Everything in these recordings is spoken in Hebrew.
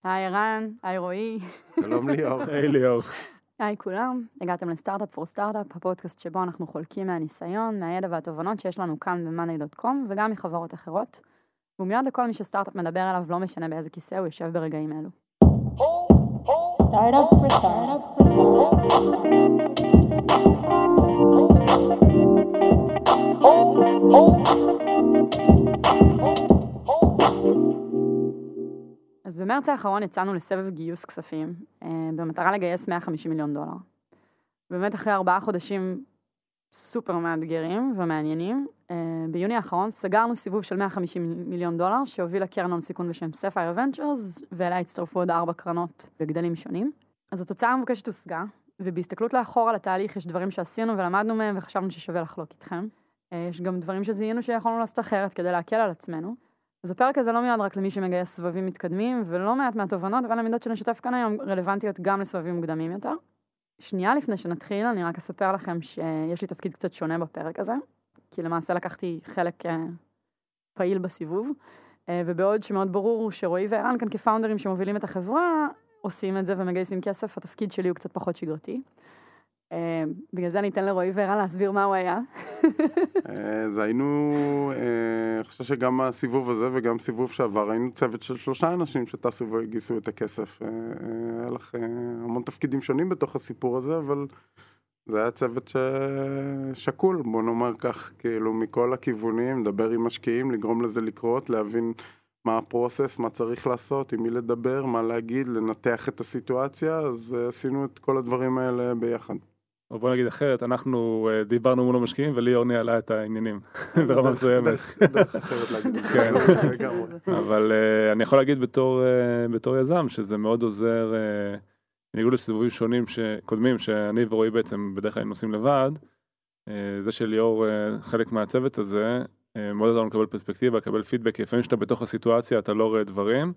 היי ערן, היי רועי. שלום ליאור. היי ליאור. היי כולם, הגעתם לסטארט-אפ פור סטארט-אפ, הפודקאסט שבו אנחנו חולקים מהניסיון, מהידע והתובנות שיש לנו כאן ב-money.com וגם מחברות אחרות. והוא מיועד לכל מי שסטארט-אפ מדבר עליו, לא משנה באיזה כיסא הוא יושב ברגעים אלו. סטארט-אפ פור סטארט-אפ. אז במרץ האחרון יצאנו לסבב גיוס כספים, במטרה לגייס $150 מיליון. באמת אחרי 4 חודשים סופר מאתגרים ומעניינים, ביוני האחרון סגרנו סיבוב של $150 מיליון, שהוביל לקרן הון סיכון בשם Sapphire Ventures, ואליה הצטרפו עוד 4 קרנות בגדלים שונים. אז התוצאה המבוקשת הושגה, ובהסתכלות לאחור על התהליך יש דברים שעשינו ולמדנו מהם וחשבנו ששווה לחלוק איתכם. יש גם דברים שזיהינו שיכולנו לעשות אחרת כדי להקל על עצמנו. אז הפרק הזה לא מיועד רק למי שמגייס סבבים מתקדמים, ולא מעט מהתובנות, אבל המידות שנשתף כאן היום רלוונטיות גם לסבבים מוקדמים יותר. שנייה לפני שנתחיל, אני רק אספר לכם שיש לי תפקיד קצת שונה בפרק הזה, כי למעשה לקחתי חלק פעיל בסיבוב, ובעוד שמאוד ברור שרועי וערן כאן כפאונדרים שמובילים את החברה, עושים את זה ומגייסים כסף, התפקיד שלי הוא קצת פחות שגרתי. בגלל זה אני אתן לרועי וערן להסביר מה הוא היה. אז היינו, אני חושב שגם הסיבוב הזה וגם סיבוב שעבר, היינו צוות של 3 אנשים שטסו והגיסו את הכסף. היה לך המון תפקידים שונים בתוך הסיפור הזה, אבל זה היה צוות שקול, בוא נאמר כך, כאילו מכל הכיוונים, לדבר עם משקיעים, לגרום לזה לקרות, להבין מה הפרוסס, מה צריך לעשות, עם מי לדבר, מה להגיד, לנתח את הסיטואציה, אז עשינו את כל הדברים האלה ביחד. או בוא נגיד אחרת, אנחנו דיברנו מול המשקיעים וליאור ניהלה את העניינים ברמה מסוימת. דרך אחרת להגיד. כן, אבל אני יכול להגיד בתור יזם שזה מאוד עוזר, בניגוד לסיבובים שונים קודמים שאני ורועי בעצם בדרך כלל נוסעים לבד, זה שליאור חלק מהצוות הזה, מאוד עוזר לנו לקבל פרספקטיבה, לקבל פידבק, לפעמים שאתה בתוך הסיטואציה אתה לא רואה דברים,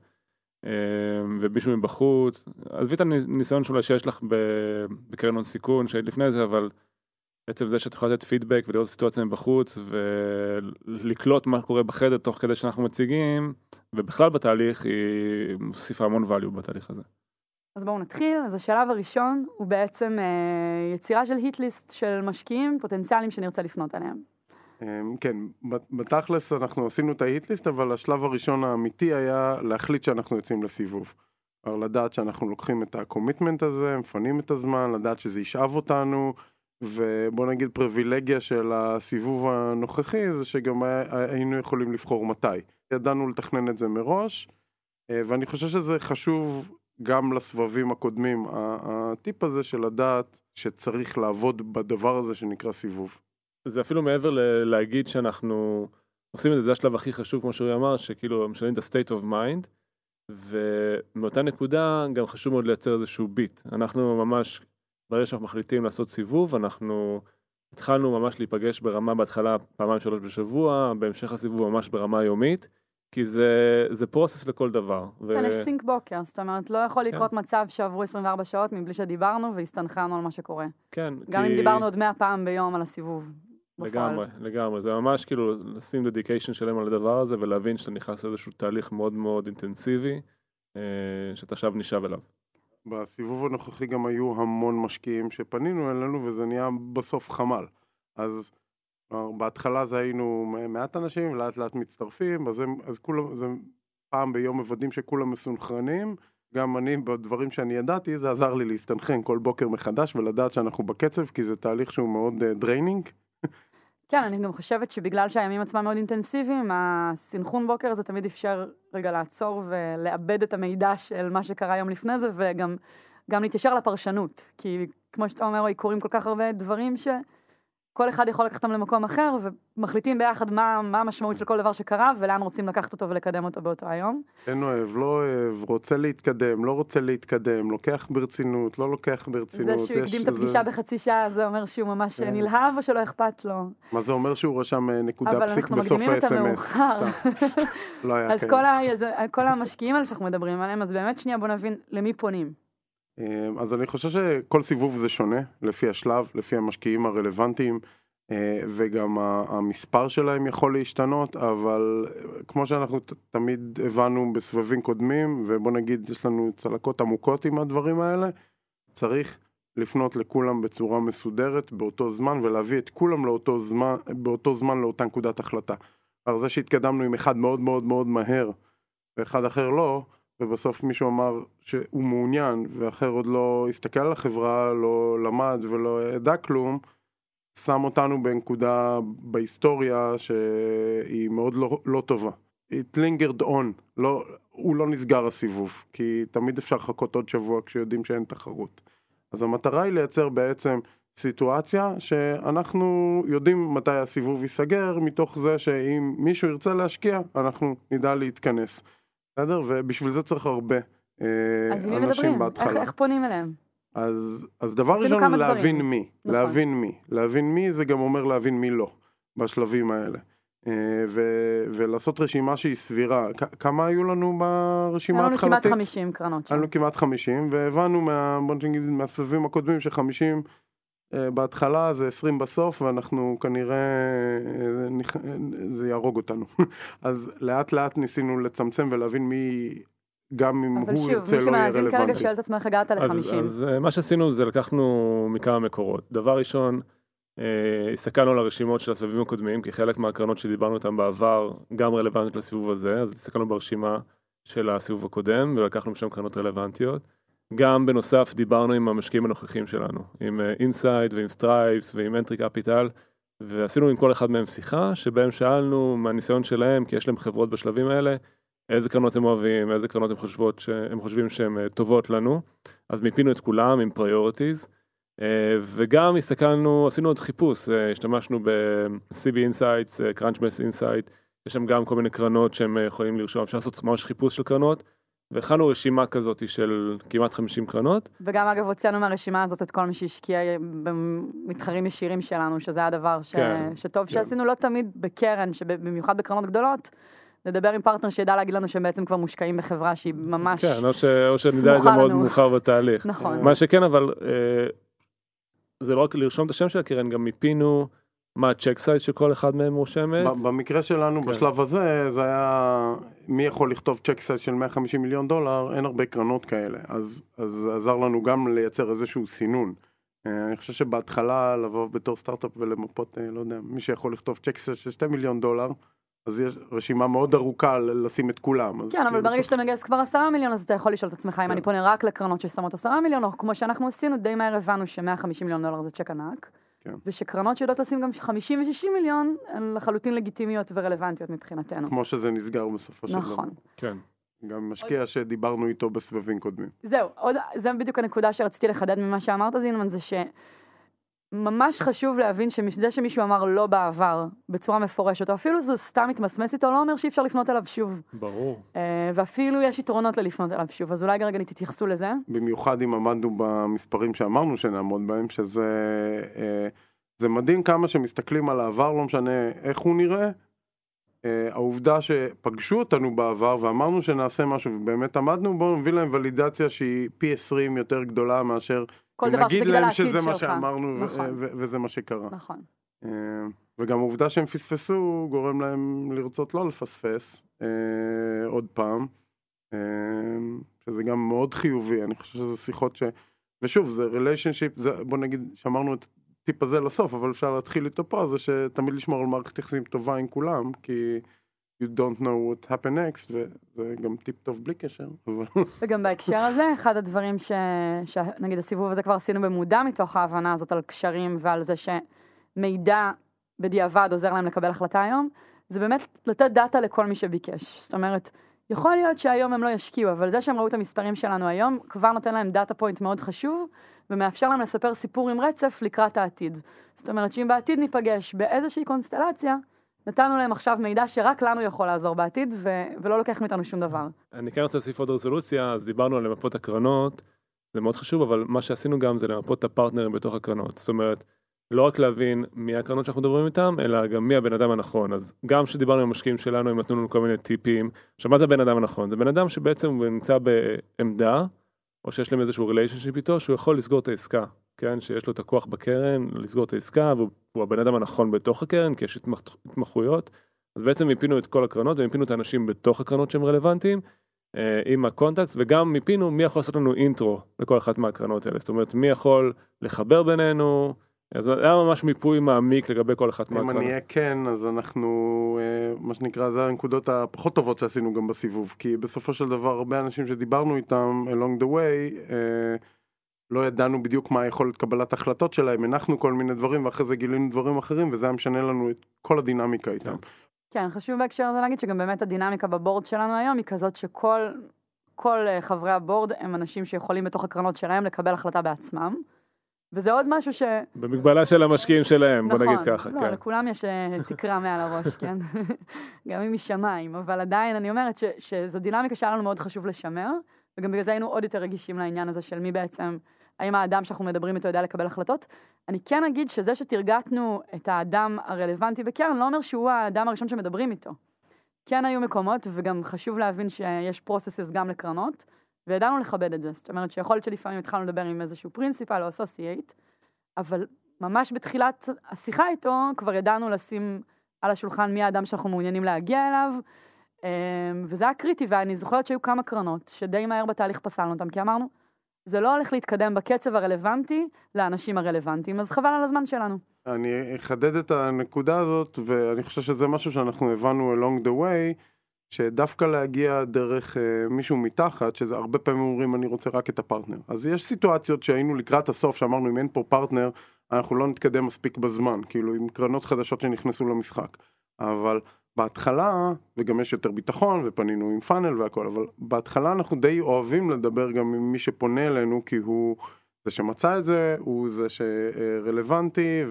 ומישהו מבחוץ, עזבי את הניסיון שאולי שיש לך בקרן הון סיכון שהיית לפני זה, אבל בעצם זה שאת יכולה לתת פידבק ולראות סיטואציה מבחוץ ולקלוט מה קורה בחדר תוך כדי שאנחנו מציגים, ובכלל בתהליך היא מוסיפה המון value בתהליך הזה. אז בואו נתחיל. אז השלב הראשון הוא בעצם יצירה של היט-ליסט של משקיעים פוטנציאליים שנרצה לפנות עליהם. כן, בתכלס אנחנו עשינו את ההיט-ליסט, אבל השלב הראשון האמיתי היה להחליט שאנחנו יוצאים לסיבוב. לדעת שאנחנו לוקחים את הקומיטמנט הזה, מפנים את הזמן, לדעת שזה ישאב אותנו, ובוא נגיד פריבילגיה של הסיבוב הנוכחי, זה שגם היינו יכולים לבחור מתי. ידענו לתכנן את זה מראש, ואני חושב שזה חשוב גם לסבבים הקודמים, הטיפ הזה של לדעת שצריך לעבוד בדבר הזה שנקרא סיבוב. זה אפילו מעבר להגיד שאנחנו עושים את זה, זה השלב הכי חשוב, כמו שהוא אמר, שכאילו משנים את ה-state of mind, ומאותה נקודה גם חשוב מאוד לייצר איזשהו ביט. אנחנו ממש, ברגע שאנחנו מחליטים לעשות סיבוב, אנחנו התחלנו ממש להיפגש ברמה בהתחלה 2-3 בשבוע, בהמשך הסיבוב ממש ברמה יומית, כי זה פרוסס לכל דבר. כן, יש סינק בוקר, זאת אומרת, לא יכול לקרות מצב שעברו 24 שעות מבלי שדיברנו והסתנחנו על מה שקורה. כן. גם אם דיברנו עוד 100 פעם ביום על הסיבוב. לגמרי. זה ממש כאילו לשים דדיקיישן שלם על הדבר הזה, ולהבין שאתה נכנס לאיזשהו תהליך מאוד מאוד אינטנסיבי, שאתה עכשיו נשאב אליו. בסיבוב הנוכחי גם היו המון משקיעים שפנינו אלינו, וזה נהיה בסוף חמל. אז בהתחלה זה היינו מעט אנשים, לאט לאט מצטרפים, אז כולם, זה פעם ביום מוודאים שכולם מסונכרנים, גם אני, בדברים שאני ידעתי, זה עזר לי להסתנכרן כל בוקר מחדש, ולדעת שאנחנו בקצב, כי זה תהליך שהוא מאוד דריינינג. כן, אני גם חושבת שבגלל שהימים עצמם מאוד אינטנסיביים, הסנכרון בוקר הזה תמיד אפשר רגע לעצור ולאבד את המידע של מה שקרה יום לפני זה, וגם להתיישר לפרשנות, כי כמו שאתה אומר, קורים כל כך הרבה דברים כל אחד יכול לקחת אותם למקום אחר, ומחליטים ביחד מה המשמעות של כל דבר שקרה, ולאן רוצים לקחת אותו ולקדם אותו באותו היום. אין אוהב, לא אוהב, רוצה להתקדם, לא רוצה להתקדם, לוקח ברצינות, לא לוקח ברצינות. זה שהוא הקדים את הפגישה בחצי שעה, זה אומר שהוא ממש נלהב או שלא אכפת לו. מה זה אומר שהוא רשם נקודה פסיק בסוף ה-SMS? לא היה אז כל המשקיעים האלה שאנחנו מדברים עליהם, אז באמת שנייה בוא נבין למי פונים. אז אני חושב שכל סיבוב זה שונה, לפי השלב, לפי המשקיעים הרלוונטיים. וגם המספר שלהם יכול להשתנות, אבל כמו שאנחנו תמיד הבנו בסבבים קודמים, ובוא נגיד יש לנו צלקות עמוקות עם הדברים האלה, צריך לפנות לכולם בצורה מסודרת באותו זמן, ולהביא את כולם באותו זמן לאותה נקודת החלטה. אבל זה שהתקדמנו עם אחד מאוד מאוד מאוד מהר, ואחד אחר לא, ובסוף מישהו אמר שהוא מעוניין, ואחר עוד לא הסתכל על החברה, לא למד ולא ידע כלום, שם אותנו בנקודה בהיסטוריה שהיא מאוד לא טובה. It lingered on, הוא לא נסגר הסיבוב, כי תמיד אפשר לחכות עוד שבוע כשיודעים שאין תחרות. אז המטרה היא לייצר בעצם סיטואציה שאנחנו יודעים מתי הסיבוב ייסגר, מתוך זה שאם מישהו ירצה להשקיע, אנחנו נדע להתכנס. בסדר? ובשביל זה צריך הרבה אנשים בהתחלה. איך פונים אליהם? אז דבר ראשון, להבין מי. להבין מי זה גם אומר להבין מי לא, בשלבים האלה. ולעשות רשימה שהיא סבירה. כמה היו לנו ברשימה התחלתית? היו לנו כמעט 50 קרנות. היו לנו כמעט 50, והבנו מהסבבים הקודמים ש50 בהתחלה זה 20 בסוף, ואנחנו כנראה, זה יהרוג אותנו. אז לאט לאט ניסינו לצמצם ולהבין מי, גם אם הוא יוצא לא יהיה רלוונטי. אבל שוב, מי שמאזין כרגע שואל את עצמך, הגעת ל-50. אז מה שעשינו זה לקחנו מכמה מקורות. דבר ראשון, הסתכלנו על הרשימות של הסבבים הקודמים, כי חלק מהקרנות שדיברנו אותם בעבר גם רלוונטיות לסיבוב הזה, אז הסתכלנו ברשימה של הסיבוב הקודם, ולקחנו משם קרנות רלוונטיות. גם בנוסף דיברנו עם המשקיעים הנוכחים שלנו, עם אינסייד ועם סטרייבס ועם אנטרי קפיטל, ועשינו עם כל אחד מהם שיחה, שבהם שאלנו מהניסיון שלהם, כי יש להם חברות בשלבים האלה, איזה קרנות הם אוהבים, איזה קרנות הם חושבים שהן טובות לנו, אז מיפינו את כולם עם priorities, וגם הסתכלנו, עשינו עוד חיפוש, השתמשנו ב-CB Insights, Crunchbase Insight, יש שם גם כל מיני קרנות שהם יכולים לרשום, אפשר לעשות ממש חיפוש של קרנות, והכנו רשימה כזאת של כמעט 50 קרנות. וגם אגב הוצאנו מהרשימה הזאת את כל מי שהשקיע במתחרים ישירים שלנו, שזה הדבר שטוב שעשינו לא תמיד בקרן, שבמיוחד בקרנות גדולות, לדבר עם פרטנר שידע להגיד לנו שהם בעצם כבר מושקעים בחברה שהיא ממש סמוכה לנו. או שנדע את זה מאוד מאוחר בתהליך. נכון. מה שכן, אבל זה לא רק לרשום את השם של הקרן, גם מיפינו מה הצ'ק סייז שכל אחד מהם רושמת. במקרה שלנו, בשלב הזה, זה היה, מי יכול לכתוב צ'ק סייז של $150 מיליון, אין הרבה קרנות כאלה, אז עזר לנו גם לייצר איזשהו סינון. אני חושב שבהתחלה לבוא בתור סטארט-אפ ולמפות, לא יודע, מי שיכול לכתוב צ'ק סייז של $2 מיליון, אז יש רשימה מאוד ארוכה לשים את כולם. כן, אבל ברגע שאתה מגייס כבר 10 מיליון, אז אתה יכול לשאול את עצמך אם אני פונה רק לקרנות ששמות 10 מיליון, או כמו שאנחנו עשינו, די מהר הבנו ש$150 מיליון זה צ'ק ענק, ושקרנות שיודעות לשים גם 50 ו-60 מיליון, הן לחלוטין לגיטימיות ורלוונטיות מבחינתנו. כמו שזה נסגר בסופו של דבר. נכון. כן. גם משקיע שדיברנו איתו בסבבים קודמים. זהו, זה בדיוק הנקודה שרציתי לחדד ממה שאמרת, זינמן, זה ממש חשוב להבין שזה שמישהו אמר לא בעבר, בצורה מפורשת, או אפילו זה סתם מתמסמס איתו, לא אומר שאי אפשר לפנות אליו שוב. ברור. ואפילו יש יתרונות ללפנות אליו שוב, אז אולי רגע תתייחסו לזה. במיוחד אם עמדנו במספרים שאמרנו שנעמוד בהם, שזה מדהים כמה שמסתכלים על העבר, לא משנה איך הוא נראה, העובדה שפגשו אותנו בעבר ואמרנו שנעשה משהו, ובאמת עמדנו, בואו נביא להם ולידציה שהיא פי 20 יותר גדולה מאשר נגיד להם שזה מה שאמרנו וזה מה שקרה. נכון. וגם העובדה שהם פספסו גורם להם לרצות לא לפספס עוד פעם, שזה גם מאוד חיובי. אני חושב שזה שיחות ושוב, זה relationship, בוא נגיד שאמרנו את הטיפ הזה לסוף, אבל אפשר להתחיל איתו פה, זה שתמיד לשמור על מערכת יחסים טובה עם כולם, כי you don't know what happened next, וזה גם טיפ טוב בלי קשר. וגם בהקשר הזה, אחד הדברים שנגיד הסיבוב הזה כבר עשינו במודע מתוך ההבנה הזאת על קשרים ועל זה שמידע בדיעבד עוזר להם לקבל החלטה היום, זה באמת לתת דאטה לכל מי שביקש. זאת אומרת, יכול להיות שהיום הם לא ישקיעו, אבל זה שהם ראו את המספרים שלנו היום, כבר נותן להם דאטה פוינט מאוד חשוב, ומאפשר להם לספר סיפור עם רצף לקראת העתיד. זאת אומרת שאם בעתיד ניפגש באיזושהי קונסטלציה, נתנו להם עכשיו מידע שרק לנו יכול לעזור בעתיד, ולא לוקח מאיתנו שום דבר. אני כן רוצה להוסיף עוד רזולוציה, אז דיברנו על למפות הקרנות, זה מאוד חשוב, אבל מה שעשינו גם זה למפות את הפרטנרים בתוך הקרנות. זאת אומרת, לא רק להבין מי הקרנות שאנחנו מדברים איתם, אלא גם מי הבן אדם הנכון. אז גם שדיברנו עם המשקיעים שלנו, הם נתנו לנו כל מיני טיפים, שמה זה הבן אדם הנכון? זה בן אדם שבעצם הוא נמצא בעמדה, או שיש להם איזשהו relationship איתו, שהוא יכול לסגור את העסקה. כן, שיש לו את הכוח בקרן לסגור את העסקה, והוא הבן אדם הנכון בתוך הקרן, כי יש התמחויות, אז בעצם מיפינו את כל הקרנות, ומיפינו את האנשים בתוך הקרנות שהם רלוונטיים, עם הקונטקסט, וגם מיפינו מי יכול לעשות לנו אינטרו לכל אחת מהקרנות האלה, זאת אומרת, מי יכול לחבר בינינו, אז היה ממש מיפוי מעמיק לגבי כל אחת מהקרנות. אם אני אהיה כן, אז אנחנו, מה שנקרא, זה הנקודות הפחות טובות שעשינו גם בסיבוב, כי בסופו של דבר, הרבה אנשים שדיברנו איתם along the way, לא ידענו בדיוק מה יכולת קבלת החלטות שלהם, הנחנו כל מיני דברים, ואחרי זה גילינו דברים אחרים, וזה היה משנה לנו את כל הדינמיקה איתם. כן, חשוב בהקשר הזה להגיד שגם באמת הדינמיקה בבורד שלנו היום היא כזאת שכל חברי הבורד הם אנשים שיכולים בתוך הקרנות שלהם לקבל החלטה בעצמם, וזה עוד משהו במגבלה של המשקיעים שלהם, בוא נגיד ככה. נכון, לא, לכולם יש תקרה מעל הראש, כן? גם אם משמיים, אבל עדיין אני אומרת שזו דינמיקה שהיה לנו מאוד חשוב לשמר, וגם בגלל זה היינו עוד יותר רגישים לעניין הזה של מי בעצם, האם האדם שאנחנו מדברים איתו יודע לקבל החלטות. אני כן אגיד שזה שתרגטנו את האדם הרלוונטי בקרן, לא אומר שהוא האדם הראשון שמדברים איתו. כן היו מקומות, וגם חשוב להבין שיש processes גם לקרנות, וידענו לכבד את זה. זאת אומרת שיכול להיות שלפעמים התחלנו לדבר עם איזשהו פרינסיפל או אסוסייט, אבל ממש בתחילת השיחה איתו כבר ידענו לשים על השולחן מי האדם שאנחנו מעוניינים להגיע אליו, וזה היה קריטי, ואני זוכרת שהיו כמה קרנות שדי מהר בתהליך פסלנו אותם, כי אמרנו, זה לא הולך להתקדם בקצב הרלוונטי לאנשים הרלוונטיים, אז חבל על הזמן שלנו. אני אחדד את הנקודה הזאת, ואני חושב שזה משהו שאנחנו הבנו along the way, שדווקא להגיע דרך מישהו מתחת, שזה הרבה פעמים אומרים, אני רוצה רק את הפרטנר. אז יש סיטואציות שהיינו לקראת הסוף, שאמרנו, אם אין פה פרטנר, אנחנו לא נתקדם מספיק בזמן, כאילו עם קרנות חדשות שנכנסו למשחק. אבל בהתחלה, וגם יש יותר ביטחון, ופנינו עם פאנל והכל, אבל בהתחלה אנחנו די אוהבים לדבר גם עם מי שפונה אלינו, כי הוא זה שמצא את זה, הוא זה שרלוונטי,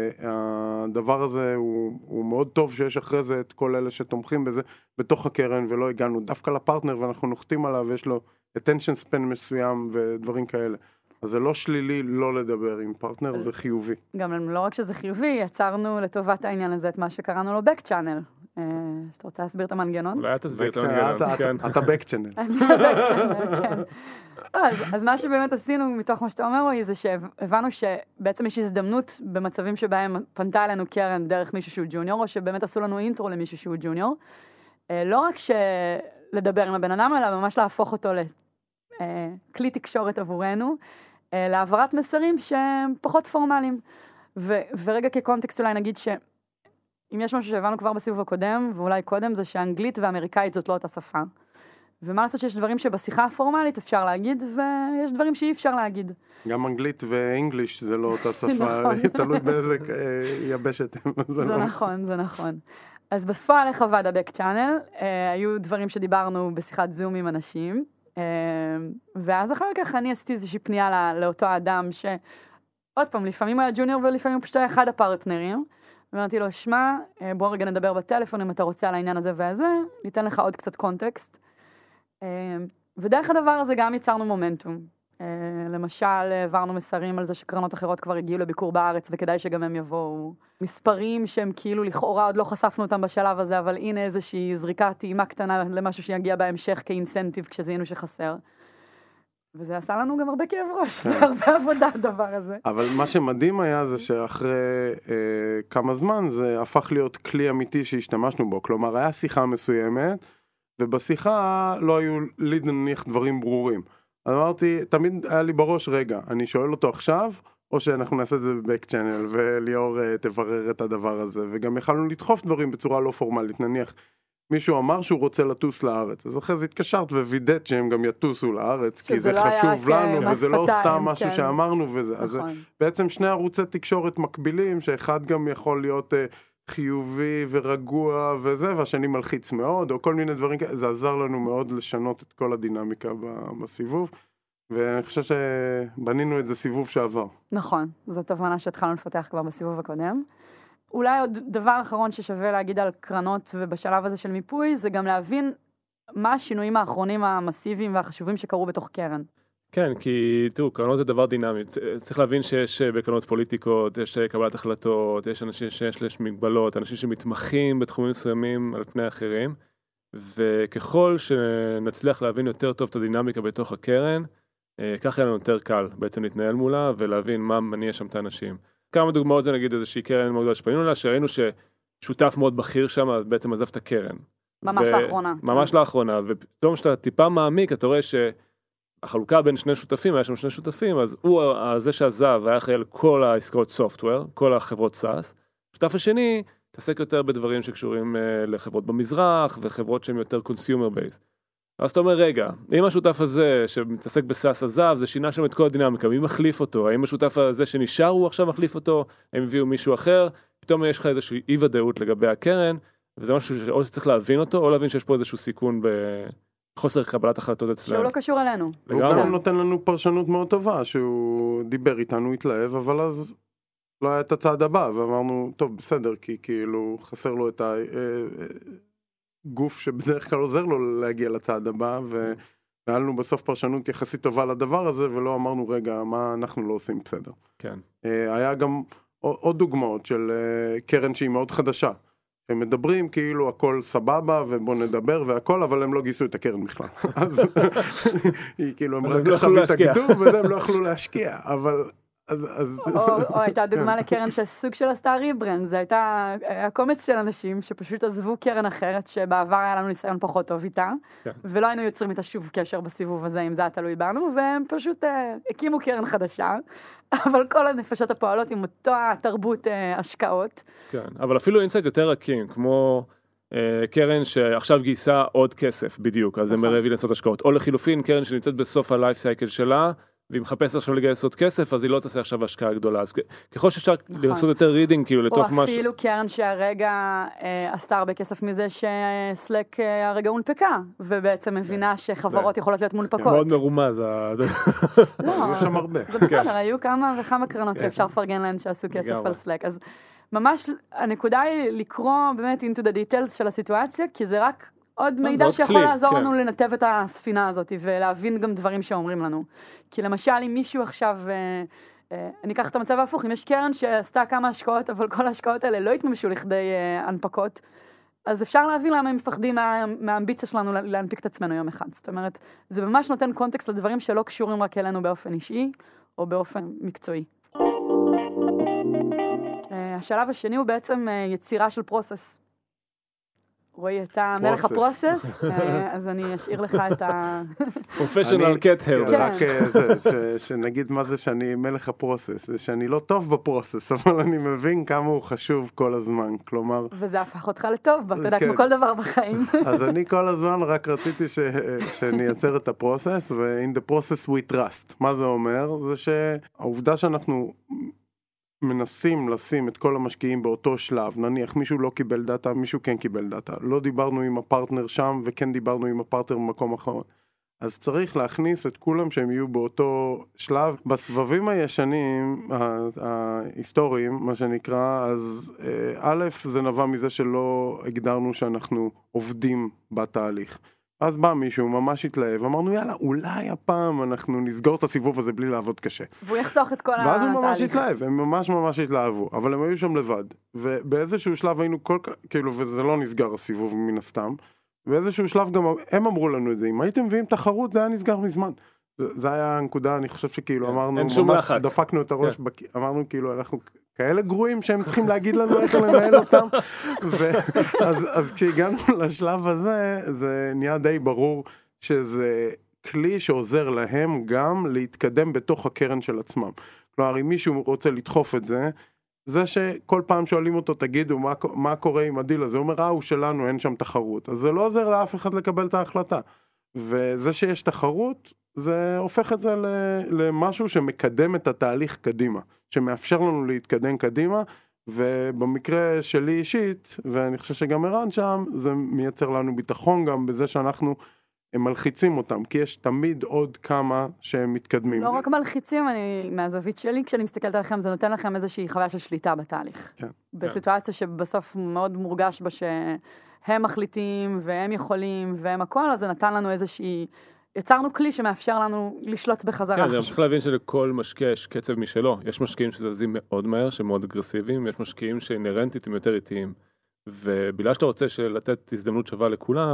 והדבר הזה הוא מאוד טוב שיש אחרי זה את כל אלה שתומכים בזה בתוך הקרן, ולא הגענו דווקא לפרטנר, ואנחנו נוחתים עליו, ויש לו attention span מסוים ודברים כאלה. אז זה לא שלילי לא לדבר עם פרטנר, זה חיובי. גם לא רק שזה חיובי, יצרנו לטובת העניין הזה את מה שקראנו לו back channel. שאתה רוצה להסביר את המנגנון? אולי תסביר את המנגנון, כן. אתה back channel. אני back channel, כן. אז מה שבאמת עשינו מתוך מה שאתה אומר, רועי, זה שהבנו שבעצם יש הזדמנות במצבים שבהם פנתה אלינו קרן דרך מישהו שהוא ג'וניור, או שבאמת עשו לנו אינטרו למישהו שהוא ג'וניור. לא רק לדבר עם הבן אדם, אלא ממש להפוך אותו לכלי תקשורת עבורנו, להעברת מסרים שהם פחות פורמליים. ורגע כקונטקסט אולי נגיד אם יש משהו שהבנו כבר בסיבוב הקודם, ואולי קודם, זה שאנגלית ואמריקאית זאת לא אותה שפה. ומה לעשות שיש דברים שבשיחה הפורמלית אפשר להגיד, ויש דברים שאי אפשר להגיד. גם אנגלית ואנגליש זה לא אותה שפה, תלוי באיזה יבשת. זה נכון, זה נכון. אז בפועל איך עבד ה-Back Channel, היו דברים שדיברנו בשיחת זום עם אנשים, ואז אחר כך אני עשיתי איזושהי פנייה לאותו האדם, שעוד פעם, לפעמים היה ג'וניור ולפעמים פשוט היה אחד הפרטנרים, אמרתי לו, שמע, בוא רגע נדבר בטלפון אם אתה רוצה על העניין הזה והזה, ניתן לך עוד קצת קונטקסט. ודרך הדבר הזה גם יצרנו מומנטום. למשל, העברנו מסרים על זה שקרנות אחרות כבר הגיעו לביקור בארץ, וכדאי שגם הם יבואו. מספרים שהם כאילו לכאורה עוד לא חשפנו אותם בשלב הזה, אבל הנה איזושהי זריקת טעימה קטנה למשהו שיגיע בהמשך כאינסנטיב כשזיהינו שחסר. וזה עשה לנו גם הרבה כאב ראש, זה הרבה עבודה הדבר הזה. אבל מה שמדהים היה זה שאחרי כמה זמן זה הפך להיות כלי אמיתי שהשתמשנו בו, כלומר היה שיחה מסוימת, ובשיחה לא היו לי נניח דברים ברורים. אמרתי, תמיד היה לי בראש, רגע, אני שואל אותו עכשיו, או שאנחנו נעשה את זה בבק צ'אנל, וליאור תברר את הדבר הזה, וגם יכלנו לדחוף דברים בצורה לא פורמלית, נניח, מישהו אמר שהוא רוצה לטוס לארץ, אז אחרי זה התקשרת ווידאת שהם גם יטוסו לארץ, כי זה חשוב לנו, וזה לא סתם משהו שאמרנו וזה. אז בעצם שני ערוצי תקשורת מקבילים, שאחד גם יכול להיות חיובי ורגוע וזה, והשני מלחיץ מאוד, או כל מיני דברים כאלה, זה עזר לנו מאוד לשנות את כל הדינמיקה בסיבוב, ואני חושב שבנינו את זה סיבוב שעבר. נכון, זו תובנה שהתחלנו לפתח כבר בסיבוב הקודם. אולי עוד דבר אחרון ששווה להגיד על קרנות ובשלב הזה של מיפוי, זה גם להבין מה השינויים האחרונים המסיביים והחשובים שקרו בתוך קרן. כן, כי תראו, קרנות זה דבר דינמי. צריך להבין שיש בקרנות פוליטיקות, יש קבלת החלטות, יש אנשים שיש מגבלות, אנשים שמתמחים בתחומים מסוימים על פני אחרים, וככל שנצליח להבין יותר טוב את הדינמיקה בתוך הקרן, ככה היה לנו יותר קל בעצם להתנהל מולה ולהבין מה מניע שם את האנשים. כמה דוגמאות זה נגיד איזושהי קרן מאוד גדולה שפנינו לה, שראינו ששותף מאוד בכיר שם בעצם עזב את הקרן. ממש לאחרונה. ממש לאחרונה, ופתאום שאתה טיפה מעמיק, אתה רואה שהחלוקה בין שני שותפים, היה שם שני שותפים, אז הוא זה שעזב, היה אחראי על כל העסקאות סופטוור, כל החברות סאס. שותף השני, תעסק יותר בדברים שקשורים לחברות במזרח, וחברות שהן יותר consumer based. אז אתה אומר, רגע, אם השותף הזה שמתעסק בסאס עזב, זה שינה שם את כל הדינמיקה, מי מחליף אותו? האם השותף הזה שנשאר הוא עכשיו מחליף אותו? האם הביאו מישהו אחר? פתאום יש לך איזושהי אי ודאות לגבי הקרן, וזה משהו שאו שצריך להבין אותו, או להבין שיש פה איזשהו סיכון בחוסר קבלת החלטות אצלם. שהוא לא קשור אלינו. הוא גם נותן לנו פרשנות מאוד טובה, שהוא דיבר איתנו, התלהב, אבל אז לא היה את הצעד הבא, ואמרנו, טוב, בסדר, כי כאילו חסר לו את הגוף שבדרך כלל עוזר לו להגיע לצעד הבא, והיה לנו בסוף פרשנות יחסית טובה לדבר הזה, ולא אמרנו, רגע, מה אנחנו לא עושים בסדר. כן. היה גם עוד דוגמאות של קרן שהיא מאוד חדשה. הם מדברים כאילו הכל סבבה ובוא נדבר והכל, אבל הם לא גייסו את הקרן בכלל. אז כאילו הם רק עכשיו התאגדו והם לא יכלו להשקיע, אבל... או הייתה דוגמה לקרן שסוג של עשתה ריברנד, זה הייתה הקומץ של אנשים שפשוט עזבו קרן אחרת שבעבר היה לנו ניסיון פחות טוב איתה, ולא היינו יוצרים איתה שוב קשר בסיבוב הזה אם זה היה תלוי בנו, והם פשוט הקימו קרן חדשה, אבל כל הנפשות הפועלות עם אותו התרבות השקעות. כן, אבל אפילו אינסייט יותר רכים, כמו קרן שעכשיו גייסה עוד כסף בדיוק, אז זה מראה לעשות השקעות, או לחילופין קרן שנמצאת בסוף הלייף סייקל שלה, והיא מחפשת עכשיו לגייס עוד כסף, אז היא לא תעשה עכשיו השקעה גדולה. אז ככל שאפשר לעשות יותר רידינג, כאילו, לתוך משהו... או אפילו קרן שהרגע עשתה הרבה כסף מזה שסלק הרגע הונפקה, ובעצם מבינה שחברות יכולות להיות מונפקות. מאוד מרומז. יש שם הרבה. זה בסדר, היו כמה וכמה קרנות שאפשר לפרגן להן שעשו כסף על סלק. אז ממש הנקודה היא לקרוא באמת into the details של הסיטואציה, כי זה רק... עוד מידע שיכול לעזור לנו לנתב את הספינה הזאת ולהבין גם דברים שאומרים לנו. כי למשל, אם מישהו עכשיו, אני אקח את המצב ההפוך, אם יש קרן שעשתה כמה השקעות, אבל כל ההשקעות האלה לא התממשו לכדי הנפקות, אז אפשר להבין למה הם מפחדים מהאמביציה שלנו להנפיק את עצמנו יום אחד. זאת אומרת, זה ממש נותן קונטקסט לדברים שלא קשורים רק אלינו באופן אישי, או באופן מקצועי. השלב השני הוא בעצם יצירה של פרוסס. רואי, אתה מלך הפרוסס, אז אני אשאיר לך את ה... פרופשיונל קט-הר. רק זה, שנגיד מה זה שאני מלך הפרוסס, זה שאני לא טוב בפרוסס, אבל אני מבין כמה הוא חשוב כל הזמן, כלומר... וזה הפך אותך לטוב, אתה יודע, כמו כל דבר בחיים. אז אני כל הזמן רק רציתי שנייצר את הפרוסס, ו-in the process we trust. מה זה אומר? זה שהעובדה שאנחנו... מנסים לשים את כל המשקיעים באותו שלב, נניח מישהו לא קיבל דאטה, מישהו כן קיבל דאטה, לא דיברנו עם הפרטנר שם וכן דיברנו עם הפרטנר במקום אחרון, אז צריך להכניס את כולם שהם יהיו באותו שלב. בסבבים הישנים, ההיסטוריים, מה שנקרא, אז א', זה נבע מזה שלא הגדרנו שאנחנו עובדים בתהליך. אז בא מישהו, ממש התלהב, אמרנו יאללה, אולי הפעם אנחנו נסגור את הסיבוב הזה בלי לעבוד קשה. והוא יחסוך את כל התהליך. ואז הוא ממש התלהב, הם ממש התלהבו, אבל הם היו שם לבד. ובאיזשהו שלב היינו כאילו, וזה לא נסגר הסיבוב מן הסתם, באיזשהו שלב גם הם אמרו לנו את זה, אם הייתם מביאים תחרות זה היה נסגר מזמן. זה היה הנקודה, אני חושב שכאילו אמרנו, ממש דפקנו את הראש, אמרנו כאילו אנחנו כאלה גרועים שהם צריכים להגיד לנו איך לנהל אותם, אז כשהגענו לשלב הזה, זה נהיה די ברור שזה כלי שעוזר להם גם להתקדם בתוך הקרן של עצמם. כלומר, אם מישהו רוצה לדחוף את זה, זה שכל פעם שואלים אותו, תגידו, מה קורה עם הדיל הזה? הוא אומר, הוא שלנו, אין שם תחרות. אז זה לא עוזר לאף אחד לקבל את ההחלטה. וזה שיש תחרות, זה הופך את זה למשהו שמקדם את התהליך קדימה, שמאפשר לנו להתקדם קדימה, ובמקרה שלי אישית, ואני חושב שגם ערן שם, זה מייצר לנו ביטחון גם בזה שאנחנו מלחיצים אותם, כי יש תמיד עוד כמה שהם מתקדמים. לא רק מלחיצים, מהזווית שלי, כשאני מסתכלת עליכם, זה נותן לכם איזושהי חוויה של שליטה בתהליך. כן. בסיטואציה שבסוף מאוד מורגש בה שהם מחליטים, והם יכולים, והם הכל, אז זה נתן לנו איזושהי... יצרנו כלי שמאפשר לנו לשלוט בחזרה. כן, אני צריך להבין שלכל משקיע יש קצב משלו. יש משקיעים שזזים מאוד מהר, שהם מאוד אגרסיביים, יש משקיעים שאינרנטית הם יותר איטיים. ובגלל שאתה רוצה לתת הזדמנות שווה לכולם,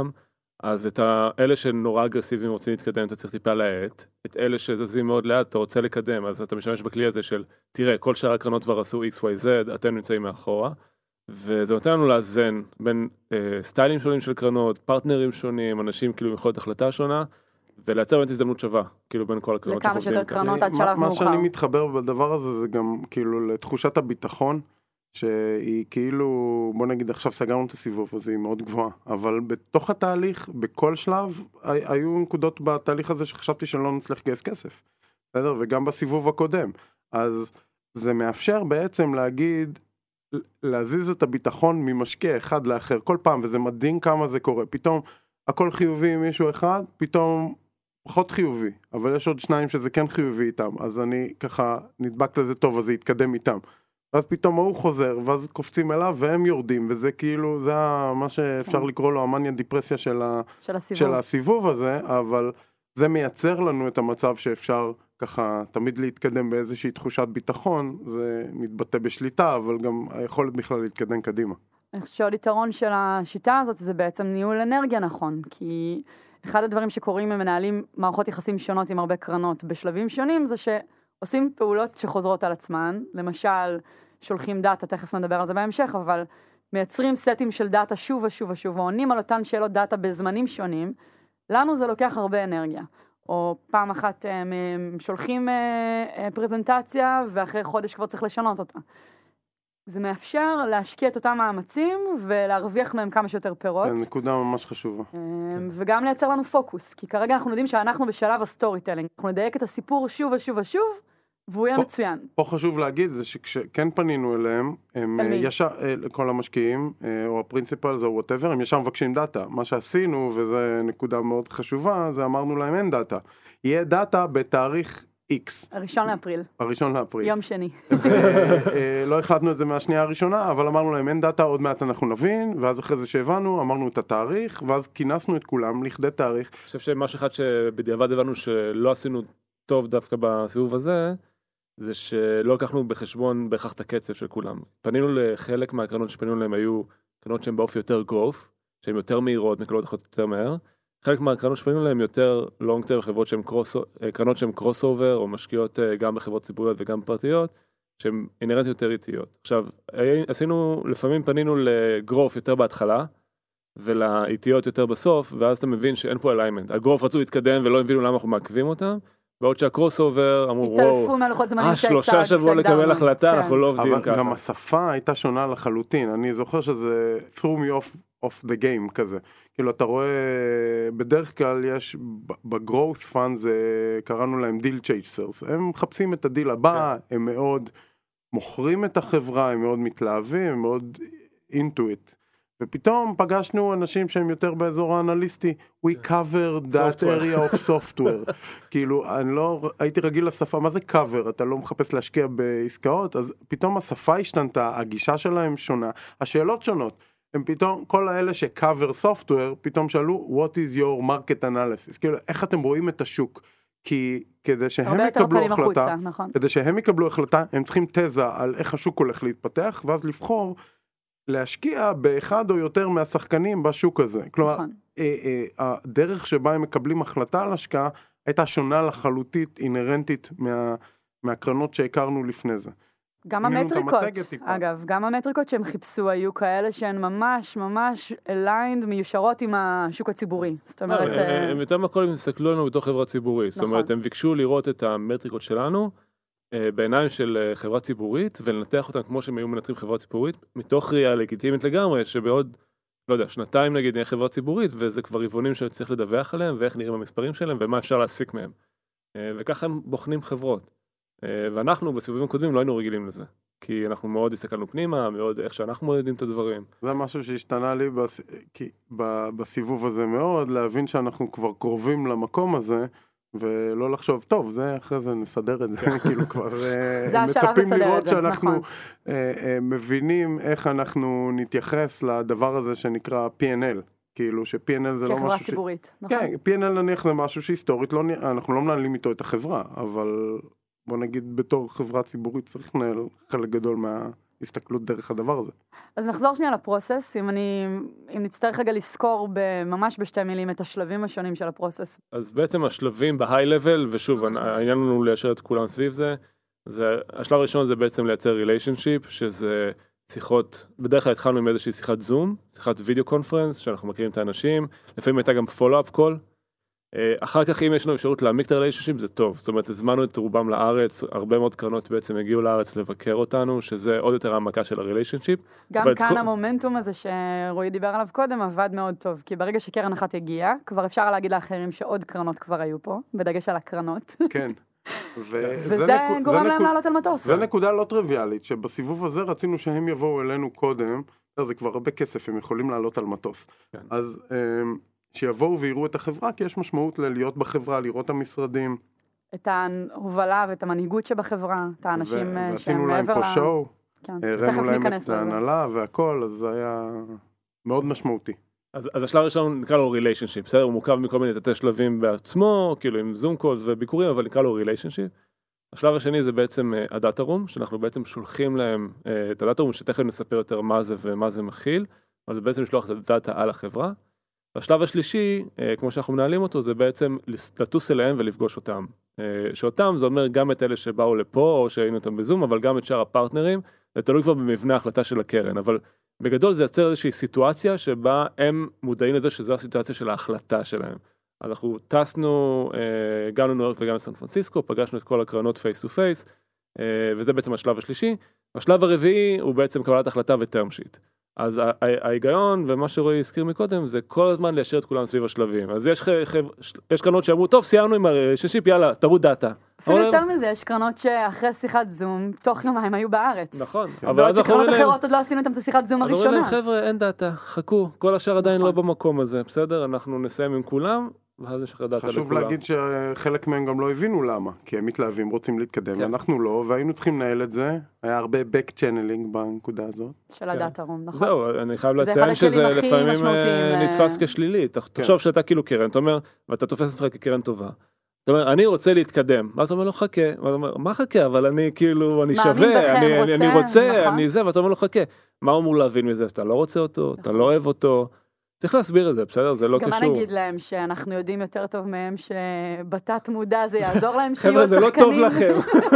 אז את אלה שנורא אגרסיביים רוצים להתקדם, אתה צריך טיפה להאט, את אלה שזזים מאוד לאט, אתה רוצה לקדם, אז אתה משתמש בכלי הזה של, תראה, כל שאר הקרנות כבר עשו XYZ, אתם נמצאים מאחורה, וזה נותן לנו לאזן בין סטיילים שונים של קרנות, פרטנרים שונים, אנשים כאילו עם יכולת החלטה שונה, ולייצר באמת הזדמנות שווה, כאילו בין כל הקרנות לכמה שיותר קרנות עד שלב מאוחר. מה שאני מתחבר בדבר הזה זה גם כאילו לתחושת הביטחון, שהיא כאילו, בוא נגיד עכשיו סגרנו את הסיבוב, אז היא מאוד גבוהה, אבל בתוך התהליך, בכל שלב, היו נקודות בתהליך הזה שחשבתי שאני לא נצליח לגייס כסף, בסדר? וגם בסיבוב הקודם, אז זה מאפשר בעצם להגיד, להזיז את הביטחון ממשקיע אחד לאחר, כל פעם, וזה מדהים כמה זה קורה, פתאום הכל חיובי עם מישהו אחד, פתאום פחות חיובי, אבל יש עוד שניים שזה כן חיובי איתם, אז אני ככה נדבק לזה טוב, אז זה יתקדם איתם. ואז פתאום הוא חוזר, ואז קופצים אליו והם יורדים, וזה כאילו, זה מה שאפשר לקרוא לו המניה דיפרסיה של הסיבוב הזה, אבל זה מייצר לנו את המצב שאפשר ככה תמיד להתקדם באיזושהי תחושת ביטחון, זה מתבטא בשליטה, אבל גם היכולת בכלל להתקדם קדימה. אני חושבת שעוד יתרון של השיטה הזאת זה בעצם ניהול אנרגיה נכון, כי אחד הדברים שקורים הם מנהלים מערכות יחסים שונות עם הרבה קרנות בשלבים שונים, זה שעושים פעולות שחוזרות על עצמן, למשל שולחים דאטה, תכף נדבר על זה בהמשך, אבל מייצרים סטים של דאטה שוב ושוב ושוב, ועונים על אותן שאלות דאטה בזמנים שונים, לנו זה לוקח הרבה אנרגיה. או פעם אחת שולחים פרזנטציה, ואחרי חודש כבר צריך לשנות אותה. זה מאפשר להשקיע את אותם מאמצים, ולהרוויח מהם כמה שיותר פירות. זה נקודה ממש חשובה. וגם לייצר לנו פוקוס, כי כרגע אנחנו יודעים שאנחנו בשלב הסטורי טלינג. אנחנו נדייק את הסיפור שוב ושוב ושוב, והוא יהיה מצוין. פה חשוב להגיד, זה שכשכן פנינו אליהם, הם ישר, כל המשקיעים, או הפרינסיפלס, או whatever, הם ישר מבקשים דאטה. מה שעשינו, וזו נקודה מאוד חשובה, זה אמרנו להם אין דאטה. יהיה דאטה בתאריך X. 1 לאפריל. 1 לאפריל. יום שני. לא החלטנו את זה מהשנייה הראשונה, אבל אמרנו להם אין דאטה, עוד מעט אנחנו נבין, ואז אחרי זה שהבנו, אמרנו את התאריך, ואז כינסנו את כולם לכדי תאריך. אני חושב שמשהו אחד שבדיעבד הבנו שלא עשינו טוב דווקא בסיבוב הזה, זה שלא לקחנו בחשבון בהכרח את הקצב של כולם. פנינו לחלק מהקרנות שפנינו להם היו קרנות שהן באופי יותר growth, שהן יותר מהירות, מקלות יותר מהר. חלק מהקרנות שפנינו להם יותר long term, קרנות שהן crossover, או משקיעות גם בחברות ציבוריות וגם פרטיות, שהן אינרנטיות יותר איטיות. עכשיו, לפעמים פנינו לגרוף יותר בהתחלה, ולאיטיות יותר בסוף, ואז אתה מבין שאין פה אליימנט. הגרוף רצו להתקדם ולא הבינו למה אנחנו מעכבים אותם, בעוד שהקרוסובר אמרו, וואו, 3 שבוע לקבל החלטה, אנחנו לא עובדים ככה. אבל גם השפה הייתה שונה לחלוטין, אני זוכר שזה threw me off the game כזה. כאילו אתה רואה, בדרך כלל יש ב-growth fund, קראנו להם deal chasers, הם מחפשים את הדיל הבא, הם מאוד מוכרים את החברה, הם מאוד מתלהבים, הם מאוד into it. ופתאום פגשנו אנשים שהם יותר באזור האנליסטי, we cover that area of software. כאילו, אני לא, הייתי רגיל לשפה, מה זה cover? אתה לא מחפש להשקיע בעסקאות, אז פתאום השפה השתנתה, הגישה שלהם שונה, השאלות שונות. הם פתאום, כל האלה ש-cover software, פתאום שאלו, what is your market analysis? כאילו, איך אתם רואים את השוק? כי כדי שהם יקבלו החלטה, הם צריכים תזה על איך השוק הולך להתפתח, ואז לבחור להשקיע באחד או יותר מהשחקנים בשוק הזה. כלומר, הדרך שבה הם מקבלים החלטה על השקעה, הייתה שונה לחלוטית, אינרנטית מהקרנות שהכרנו לפני זה. גם המטריקות, אגב, גם המטריקות שהם חיפשו היו כאלה שהן ממש ממש aligned, מיושרות עם השוק הציבורי. זאת אומרת... הם יותר מהכל הם הסתכלו לנו בתוך חברה ציבורית. זאת אומרת, הם ביקשו לראות את המטריקות שלנו, בעיניים של חברה ציבורית, ולנתח אותם כמו שהם היו מנתחים חברה ציבורית, מתוך ראייה לגיטימית לגמרי, שבעוד, לא יודע, 2 נגיד נהיה חברה ציבורית, וזה כבר רבעונים שצריך לדווח עליהם, ואיך נראים המספרים שלהם, ומה אפשר להסיק מהם. וככה הם בוחנים חברות. ואנחנו בסיבובים הקודמים לא היינו רגילים לזה. כי אנחנו מאוד הסתכלנו פנימה, מאוד איך שאנחנו מודדים את הדברים. זה משהו שהשתנה לי בסיבוב הזה מאוד, להבין שאנחנו כבר קרובים למקום הזה, ולא לחשוב, טוב, זה אחרי זה נסדר את זה, כאילו כבר מצפים לראות שאנחנו מבינים איך אנחנו נתייחס לדבר הזה שנקרא P&L, כאילו ש-P&L זה לא משהו כחברה ציבורית, נכון? כן, P&L נניח זה משהו שהיסטורית, אנחנו לא מנהלים איתו את החברה, אבל בוא נגיד בתור חברה ציבורית צריך לנהל חלק גדול הסתכלות דרך הדבר הזה. אז נחזור שנייה לפרוסס, אם נצטרך רגע לזכור ממש בשתי מילים את השלבים השונים של הפרוסס. אז בעצם השלבים בהיי לבל, ושוב, העניין לנו ליישר את כולם סביב זה, השלב הראשון זה בעצם לייצר ריליישנשיפ, שזה שיחות, בדרך כלל התחלנו עם איזושהי שיחת זום, שיחת וידאו קונפרנס, שאנחנו מכירים את האנשים, לפעמים הייתה גם פולו-אפ קול, אחר כך אם יש לנו אפשרות להעמיק את הריליישנשיפ זה טוב, זאת אומרת הזמנו את רובם לארץ, הרבה מאוד קרנות בעצם הגיעו לארץ לבקר אותנו, שזה עוד יותר העמקה של הריליישנשיפ. גם כאן המומנטום הזה שרועי דיבר עליו קודם עבד מאוד טוב, כי ברגע שקרן אחת הגיעה, כבר אפשר להגיד לאחרים שעוד קרנות כבר היו פה, בדגש על הקרנות. כן. וזה גורם להם לעלות על מטוס. זו נקודה לא טריוויאלית, שבסיבוב הזה רצינו שהם יבואו אלינו קודם, זה כבר הרבה כסף, הם יכולים לעלות על מטוס. אז שיבואו ויראו את החברה, כי יש משמעות להיות בחברה, לראות את המשרדים. את ההובלה ואת המנהיגות שבחברה, את האנשים שהם מעבר ועשינו להם פה שואו, הראינו להם את לזה. ההנהלה והכל, אז זה היה מאוד משמעותי. אז השלב הראשון נקרא לו ריליישנשיפ, בסדר? הוא מורכב מכל מיני תתי שלבים בעצמו, כאילו עם זום קולס וביקורים, אבל נקרא לו ריליישנשיפ. השלב השני זה בעצם הדאטה רום, שאנחנו בעצם שולחים להם את הדאטה רום, שתכף נספר יותר מה זה ומה זה מכיל, אבל זה בעצם לשלוח את הדאטה על החברה. והשלב השלישי, כמו שאנחנו מנהלים אותו, זה בעצם לטוס אליהם ולפגוש אותם. שאותם זה אומר גם את אלה שבאו לפה, או שהיינו אותם בזום, אבל גם את שאר הפרטנרים, זה תלוי כבר במבנה ההחלטה של הקרן, אבל בגדול זה יוצר איזושהי סיטואציה שבה הם מודעים לזה שזו הסיטואציה של ההחלטה שלהם. אז אנחנו טסנו גם לניו יורק וגם לסן פרנסיסקו, פגשנו את כל הקרנות פייס טו פייס, וזה בעצם השלב השלישי. השלב הרביעי הוא בעצם קבלת החלטה וטרם שיט. אז ההיגיון ומה שרועי הזכיר מקודם זה כל הזמן ליישר את כולם סביב השלבים. אז יש קרנות שאמרו, טוב, סיימנו עם הריליישנשיפ, יאללה, תראו דאטה. אפילו יותר מזה, יש קרנות שאחרי שיחת זום, תוך יומיים היו בארץ. נכון. בעוד שקרנות אחרות עוד לא עשינו איתם את השיחת זום הראשונה. אבל חבר'ה, אין דאטה, חכו, כל השאר עדיין לא במקום הזה, בסדר? אנחנו נסיים עם כולם, ואז יש לך דאטה לכולם. חשוב להגיד שחלק מהם גם לא הבינו למה, כי הם מתלהבים, רוצים להתקדם, ואנחנו לא, והיינו צריכים לנהל את זה, היה הרבה back channeling בנקודה הזאת. של הדאטה רום, נכון. זהו, אני חייב לציין שזה לפעמים נתפס כשלילי, תחשוב שאתה כאילו קרן, אתה אומר, ואתה תופס אותך כקרן טובה. אתה אומר, אני רוצה להתקדם, ואז אתה אומר לו, חכה, ואתה אומר, מה חכה, אבל אני כאילו, אני שווה, אני רוצה, אני זה, ואתה אומר לו, חכה. מה הוא אמור להבין מזה? אתה לא רוצה אותו, אתה לא אוהב אותו, צריך להסביר את זה, בסדר? זה לא קשור. גם נגיד להם שאנחנו יודעים יותר טוב מהם שבתת מודע זה יעזור להם שיהיו חבר'ה, השחקנים. זה לא טוב לכם.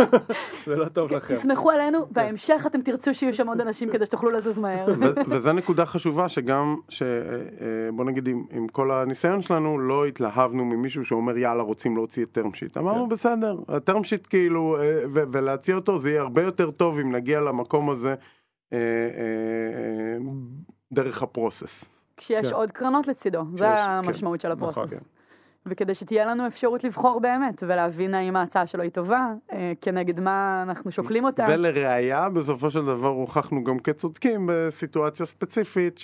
זה לא טוב לכם. תסמכו עלינו, בהמשך אתם תרצו שיהיו שם עוד אנשים כדי שתוכלו לזוז מהר. וזו נקודה חשובה שגם, בוא נגיד, עם כל הניסיון שלנו, לא התלהבנו ממישהו שאומר, יאללה, רוצים להוציא את טרם שיט. אמרנו, בסדר, הטרם שיט כאילו, ולהציע אותו, זה יהיה הרבה יותר טוב אם נגיע למקום הזה דרך הפרוסס. כשיש עוד קרנות לצידו, זה המשמעות של הפרוסס. וכדי שתהיה לנו אפשרות לבחור באמת, ולהבין האם ההצעה שלו היא טובה, כנגד מה אנחנו שוקלים אותה. ולראיה, בסופו של דבר הוכחנו גם כצודקים בסיטואציה ספציפית,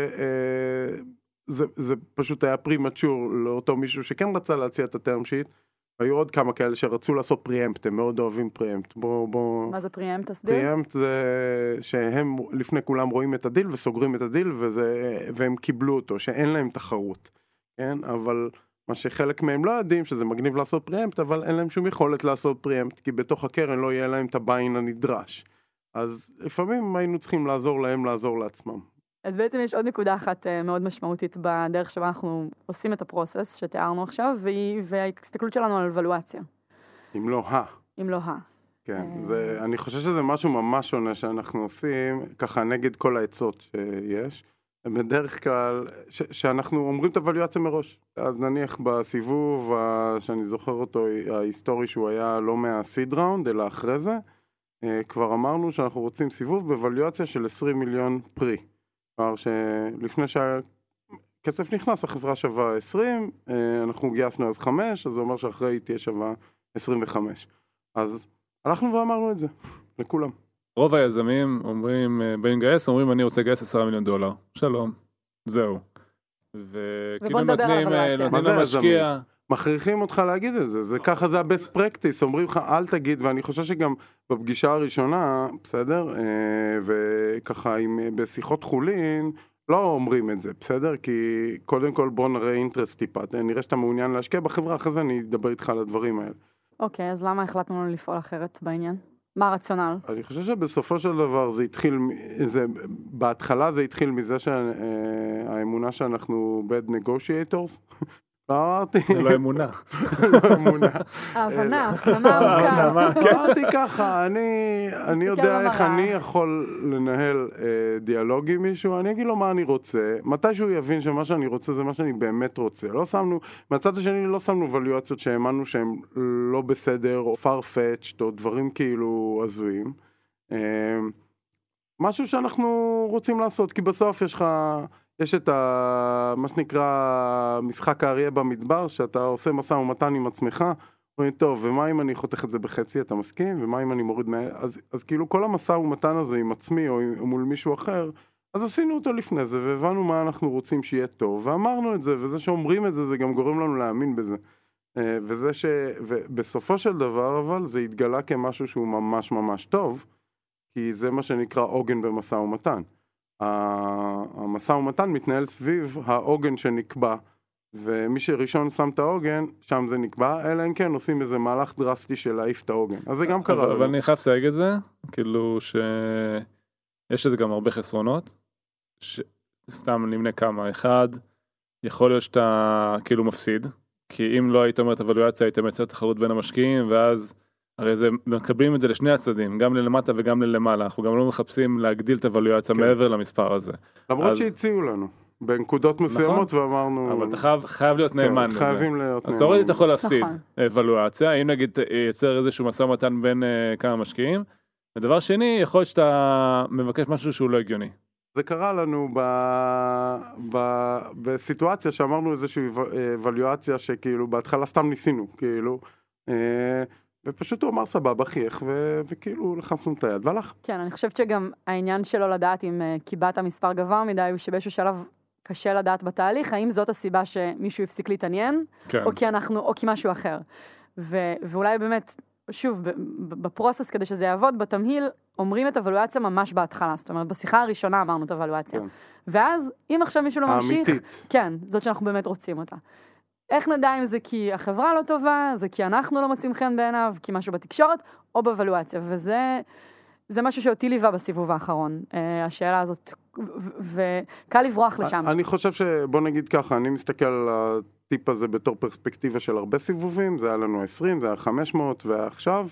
שזה פשוט היה פרימצ'ור לאותו מישהו שכן רצה להציע את הטרם שיט, היו עוד כמה כאלה שרצו לעשות פריאמפט, הם מאוד אוהבים פריאמפט. מה זה פריאמפט? תסביר? פריאמפט זה שהם לפני כולם רואים את הדיל וסוגרים את הדיל, והם קיבלו אותו, שאין להם תחרות. כן? אבל מה שחלק מהם לא יודעים, שזה מגניב לעשות פריאמפט, אבל אין להם שום יכולת לעשות פריאמפט, כי בתוך הקרן לא יהיה להם את הביין הנדרש. אז לפעמים היינו צריכים לעזור להם, לעזור לעצמם. אז בעצם יש עוד נקודה אחת מאוד משמעותית בדרך שבה אנחנו עושים את הפרוסס שתיארנו עכשיו, וההסתכלות שלנו על אבלואציה. אם לא אם לא כן, אני חושב שזה משהו ממש שונה שאנחנו עושים, ככה נגד כל העצות שיש. בדרך כלל, שאנחנו אומרים את האבלואציה מראש. אז נניח בסיבוב, שאני זוכר אותו, ההיסטורי שהוא היה לא מהסיד ראונד, אלא אחרי זה, כבר אמרנו שאנחנו רוצים סיבוב באבלואציה של 20 מיליון פרי. כבר שלפני שהכסף נכנס, החברה שווה 20, אנחנו גייסנו אז 5, אז זה אומר שאחרי תהיה שווה 25. אז הלכנו ואמרנו את זה, לכולם. רוב היזמים אומרים, באים גייס, אומרים אני רוצה גייס 10 מיליון דולר. שלום, זהו. ובוא נדבר על אבלואציה. מה זה משקיע? מכריחים אותך להגיד את זה, זה ככה זה ה-best practice, אומרים לך אל תגיד, ואני חושב שגם בפגישה הראשונה, בסדר, וככה בשיחות חולין, לא אומרים את זה, בסדר, כי קודם כל בוא נראה אינטרסט טיפה, נראה שאתה מעוניין להשקיע בחברה, אחרי זה אני אדבר איתך על הדברים האלה. אוקיי, אז למה החלטנו לפעול אחרת בעניין? מה הרציונל? אני חושב שבסופו של דבר בהתחלה זה התחיל מזה שהאמונה שאנחנו bad negotiators. אמרתי... זה לא אמונה. לא אמונה. ההבנה, הפנמה. אמרתי ככה, אני יודע איך אני יכול לנהל דיאלוג עם מישהו, אני אגיד לו מה אני רוצה, מתי שהוא יבין שמה שאני רוצה זה מה שאני באמת רוצה. מהצד השני לא שמנו ולואציות שהאמנו שהם לא בסדר, או farfetched, או דברים כאילו הזויים. משהו שאנחנו רוצים לעשות, כי בסוף יש את מה שנקרא משחק האריה במדבר, שאתה עושה משא ומתן עם עצמך, אומרים, טוב, ומה אם אני חותך את זה בחצי, אתה מסכים? ומה אם אני מוריד אז כאילו כל המשא ומתן הזה עם עצמי או מול מישהו אחר, אז עשינו אותו לפני זה, והבנו מה אנחנו רוצים שיהיה טוב, ואמרנו את זה, וזה שאומרים את זה, זה גם גורם לנו להאמין בזה. ובסופו של דבר, אבל, זה התגלה כמשהו שהוא ממש ממש טוב, כי זה מה שנקרא עוגן במשא ומתן. המשא ומתן מתנהל סביב העוגן שנקבע, ומי שראשון שם את העוגן, שם זה נקבע, אלא אם כן עושים איזה מהלך דרסטי של להעיף את העוגן. אז זה גם קרה. אבל אני חייב לסייג את זה, כאילו שיש לזה גם הרבה חסרונות, סתם נמנה כמה. אחד, יכול להיות שאתה כאילו מפסיד, כי אם לא היית אומרת אבלואציה, היית מייצר תחרות בין המשקיעים, ואז הרי מקבלים את זה לשני הצדדים, גם ללמטה וגם ללמעלה. אנחנו גם לא מחפשים להגדיל את הוולואציה מעבר למספר הזה. למרות שהציעו לנו, בנקודות מסוימות, ואמרנו... אבל אתה חייב להיות נאמן לזה. חייבים להיות נאמן. אז תוריד, אתה יכול להפסיד וולואציה, אם נגיד ייצר איזשהו משא ומתן בין כמה משקיעים, ודבר שני, יכול להיות שאתה מבקש משהו שהוא לא הגיוני. זה קרה לנו בסיטואציה שאמרנו איזושהי וולואציה שכאילו בהתחלה סתם ניסינו, כאילו... ופשוט הוא אמר סבבה, חייך, וכאילו לחסנו את היד, והלך. כן, אני חושבת שגם העניין שלו לדעת אם קיבלת מספר גבוה מדי, הוא שבאיזשהו שלב קשה לדעת בתהליך, האם זאת הסיבה שמישהו הפסיק להתעניין, כן. או כי משהו אחר. ואולי באמת, שוב, בפרוסס כדי שזה יעבוד, בתמהיל, אומרים את הוולואציה ממש בהתחלה, זאת אומרת, בשיחה הראשונה אמרנו את הוולואציה. כן. ואז, אם עכשיו מישהו לא ממשיך, כן, זאת שאנחנו באמת רוצים אותה. איך נדע אם זה כי החברה לא טובה, זה כי אנחנו לא מוצאים חן בעיניו, כי משהו בתקשורת, או בוולואציה, וזה משהו שאותי ליווה בסיבוב האחרון, השאלה הזאת, וקל לברוח לשם. אני חושב שבוא נגיד ככה, אני מסתכל על הטיפ הזה בתור פרספקטיבה של הרבה סיבובים, זה היה לנו 20, זה היה 500, ועכשיו,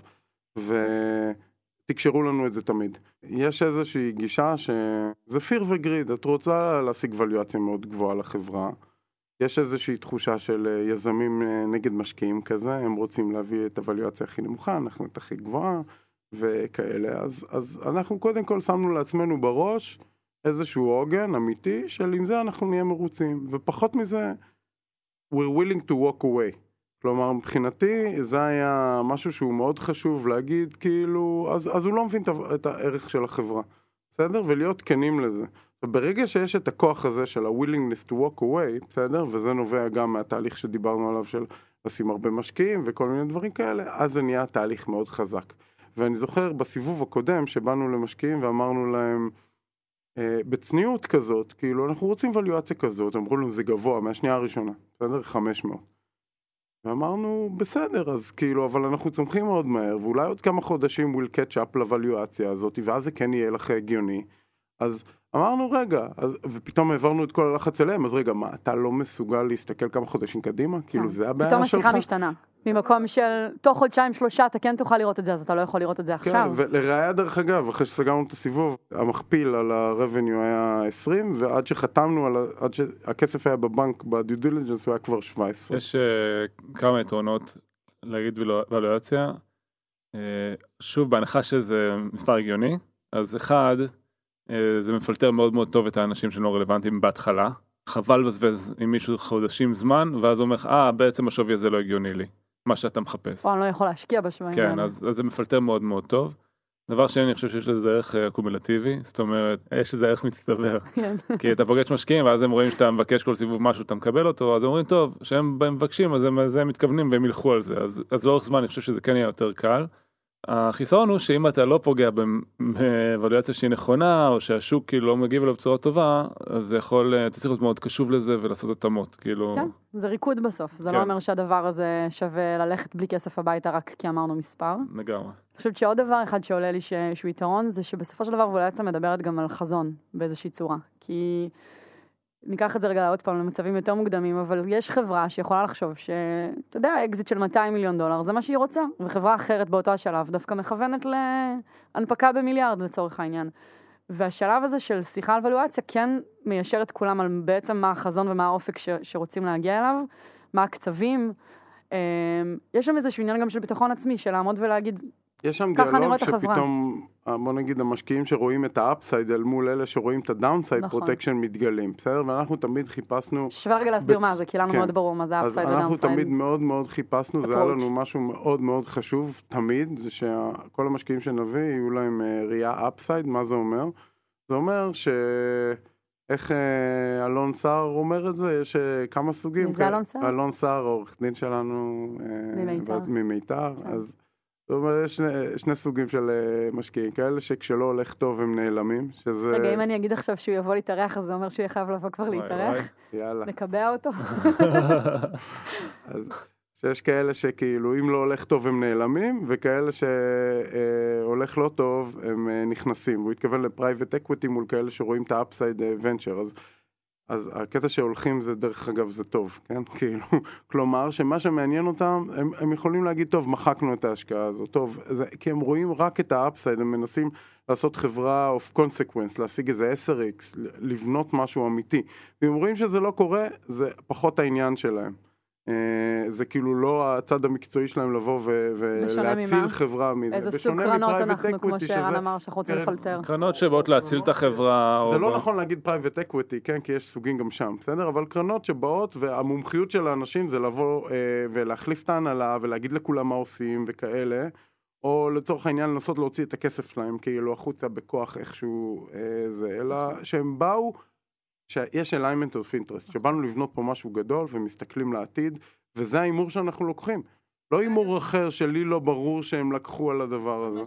ותקשרו לנו את זה תמיד. יש איזושהי גישה שזה פיר וגריד, את רוצה להשיג וולואציה מאוד גבוהה לחברה, יש איזושהי תחושה של יזמים נגד משקיעים כזה, הם רוצים להביא את הוולואציה הכי נמוכה, אנחנו את הכי גבוהה וכאלה, אז אנחנו קודם כל שמנו לעצמנו בראש איזשהו עוגן אמיתי של עם זה אנחנו נהיה מרוצים, ופחות מזה, we're willing to walk away. כלומר, מבחינתי זה היה משהו שהוא מאוד חשוב להגיד, כאילו, אז הוא לא מבין את הערך של החברה, בסדר? ולהיות כנים לזה. וברגע שיש את הכוח הזה של ה-willingness to walk away, בסדר? וזה נובע גם מהתהליך שדיברנו עליו של לשים הרבה משקיעים וכל מיני דברים כאלה, אז זה נהיה תהליך מאוד חזק. ואני זוכר בסיבוב הקודם שבאנו למשקיעים ואמרנו להם, בצניעות כזאת, כאילו אנחנו רוצים וולואציה כזאת, אמרו לנו זה גבוה מהשנייה הראשונה, בסדר? 500. ואמרנו בסדר, אז כאילו, אבל אנחנו צומחים מאוד מהר, ואולי עוד כמה חודשים we'll catch up לוולואציה הזאת, ואז זה כן יהיה לך הגיוני. אז אמרנו רגע, ופתאום העברנו את כל הלחץ אליהם, אז רגע, מה, אתה לא מסוגל להסתכל כמה חודשים קדימה? כאילו זה הבעיה שלך? פתאום השיחה משתנה. ממקום של תוך חודשיים שלושה, אתה כן תוכל לראות את זה, אז אתה לא יכול לראות את זה עכשיו. כן, ולראיה דרך אגב, אחרי שסגרנו את הסיבוב, המכפיל על הרבניו היה 20, ועד שחתמנו, עד שהכסף היה בבנק, בדיו דיליג'נס, הוא היה כבר 17. יש כמה יתרונות להגיד וולואציה. שוב, בהנחה שזה מספר הגיוני, אז אחד, זה מפלטר מאוד מאוד טוב את האנשים שלא רלוונטיים בהתחלה. חבל לבזבז עם מישהו חודשים זמן, ואז הוא אומר, בעצם השווי הזה לא הגיוני לי, מה שאתה מחפש. או אני לא יכול להשקיע בשווים. כן, אז זה מפלטר מאוד מאוד טוב. דבר שני, אני חושב שיש לזה ערך אקומולטיבי, זאת אומרת, יש לזה ערך מצטבר. כי אתה פוגש משקיעים, ואז הם רואים שאתה מבקש כל סיבוב משהו, אתה מקבל אותו, אז הם אומרים, טוב, שהם מבקשים, אז הם מתכוונים והם ילכו על זה. אז לאורך זמן אני חושב שזה כן יהיה יותר קל. החיסרון הוא שאם אתה לא פוגע באבלואציה שהיא נכונה, או שהשוק כאילו לא מגיב אליו בצורה טובה, אז זה יכול, אתה צריך להיות מאוד קשוב לזה ולעשות התאמות, כאילו... כן, זה ריקוד בסוף, זה כן. לא אומר שהדבר הזה שווה ללכת בלי כסף הביתה רק כי אמרנו מספר. לגמרי. אני חושבת שעוד דבר אחד שעולה לי שהוא יתרון, זה שבסופו של דבר אבולוציה מדברת גם על חזון באיזושהי צורה, כי... ניקח את זה רגע עוד פעם למצבים יותר מוקדמים, אבל יש חברה שיכולה לחשוב שאתה יודע, אקזיט של $200 מיליון, זה מה שהיא רוצה, וחברה אחרת באותו השלב דווקא מכוונת להנפקה במיליארד לצורך העניין. והשלב הזה של שיחה על ולואציה כן מיישר את כולם על בעצם מה החזון ומה האופק שרוצים להגיע אליו, מה הקצבים. יש שם איזשהו עניין גם של ביטחון עצמי, של לעמוד ולהגיד, יש שם דיאלוג שפתאום, בוא נגיד, המשקיעים שרואים את האפסייד אל מול אלה שרואים את הדאונסייד פרוטקשן מתגלים, בסדר? ואנחנו תמיד חיפשנו... שווה רגע להסביר מה זה, כי לנו מאוד ברור מה זה האפסייד והדאונסייד. אנחנו תמיד מאוד מאוד חיפשנו, זה היה לנו משהו מאוד מאוד חשוב, תמיד, זה שכל המשקיעים שנביא יהיו להם ראייה אפסייד, מה זה אומר? זה אומר איך אלון סער אומר את זה? יש כמה סוגים. זה אלון סער? אלון סער, עורך דין שלנו ממיתר, אז... זאת אומרת, יש שני סוגים של משקיעים, כאלה שכשלא הולך טוב הם נעלמים, שזה... רגע, אם אני אגיד עכשיו שהוא יבוא להתארח, אז זה אומר שהוא יהיה חייב לבוא כבר להתארח? יאללה. נקבע אותו? אז שיש כאלה שכאילו, אם לא הולך טוב הם נעלמים, וכאלה שהולך לא טוב הם נכנסים, והוא התכוון לפרייבט אקוויטי מול כאלה שרואים את האפסייד ונצ'ר, אז הקטע שהולכים זה דרך אגב זה טוב, כן? כאילו, כלומר שמה שמעניין אותם, הם יכולים להגיד, טוב, מחקנו את ההשקעה הזו, טוב, כי הם רואים רק את האפסייד, הם מנסים לעשות חברה of consequence, להשיג איזה 10x, לבנות משהו אמיתי, והם רואים שזה לא קורה, זה פחות העניין שלהם. זה כאילו לא הצד המקצועי שלהם לבוא ולהציל חברה מזה. איזה סוג קרנות אנחנו, כמו שערן אמר, שאנחנו רוצים לפלטר. קרנות שבאות להציל את החברה. זה לא נכון להגיד private equity, כן? כי יש סוגים גם שם, בסדר? אבל קרנות שבאות, והמומחיות של האנשים זה לבוא ולהחליף את ההנהלה, ולהגיד לכולם מה עושים וכאלה, או לצורך העניין לנסות להוציא את הכסף שלהם, כאילו החוצה בכוח איכשהו זה, אלא שהם באו, שיש alignment of interest, שבאנו לבנות פה משהו גדול ומסתכלים לעתיד, וזה האימור שאנחנו לוקחים. לא אימור אחר שלי לא ברור שהם לקחו על הדבר הזה.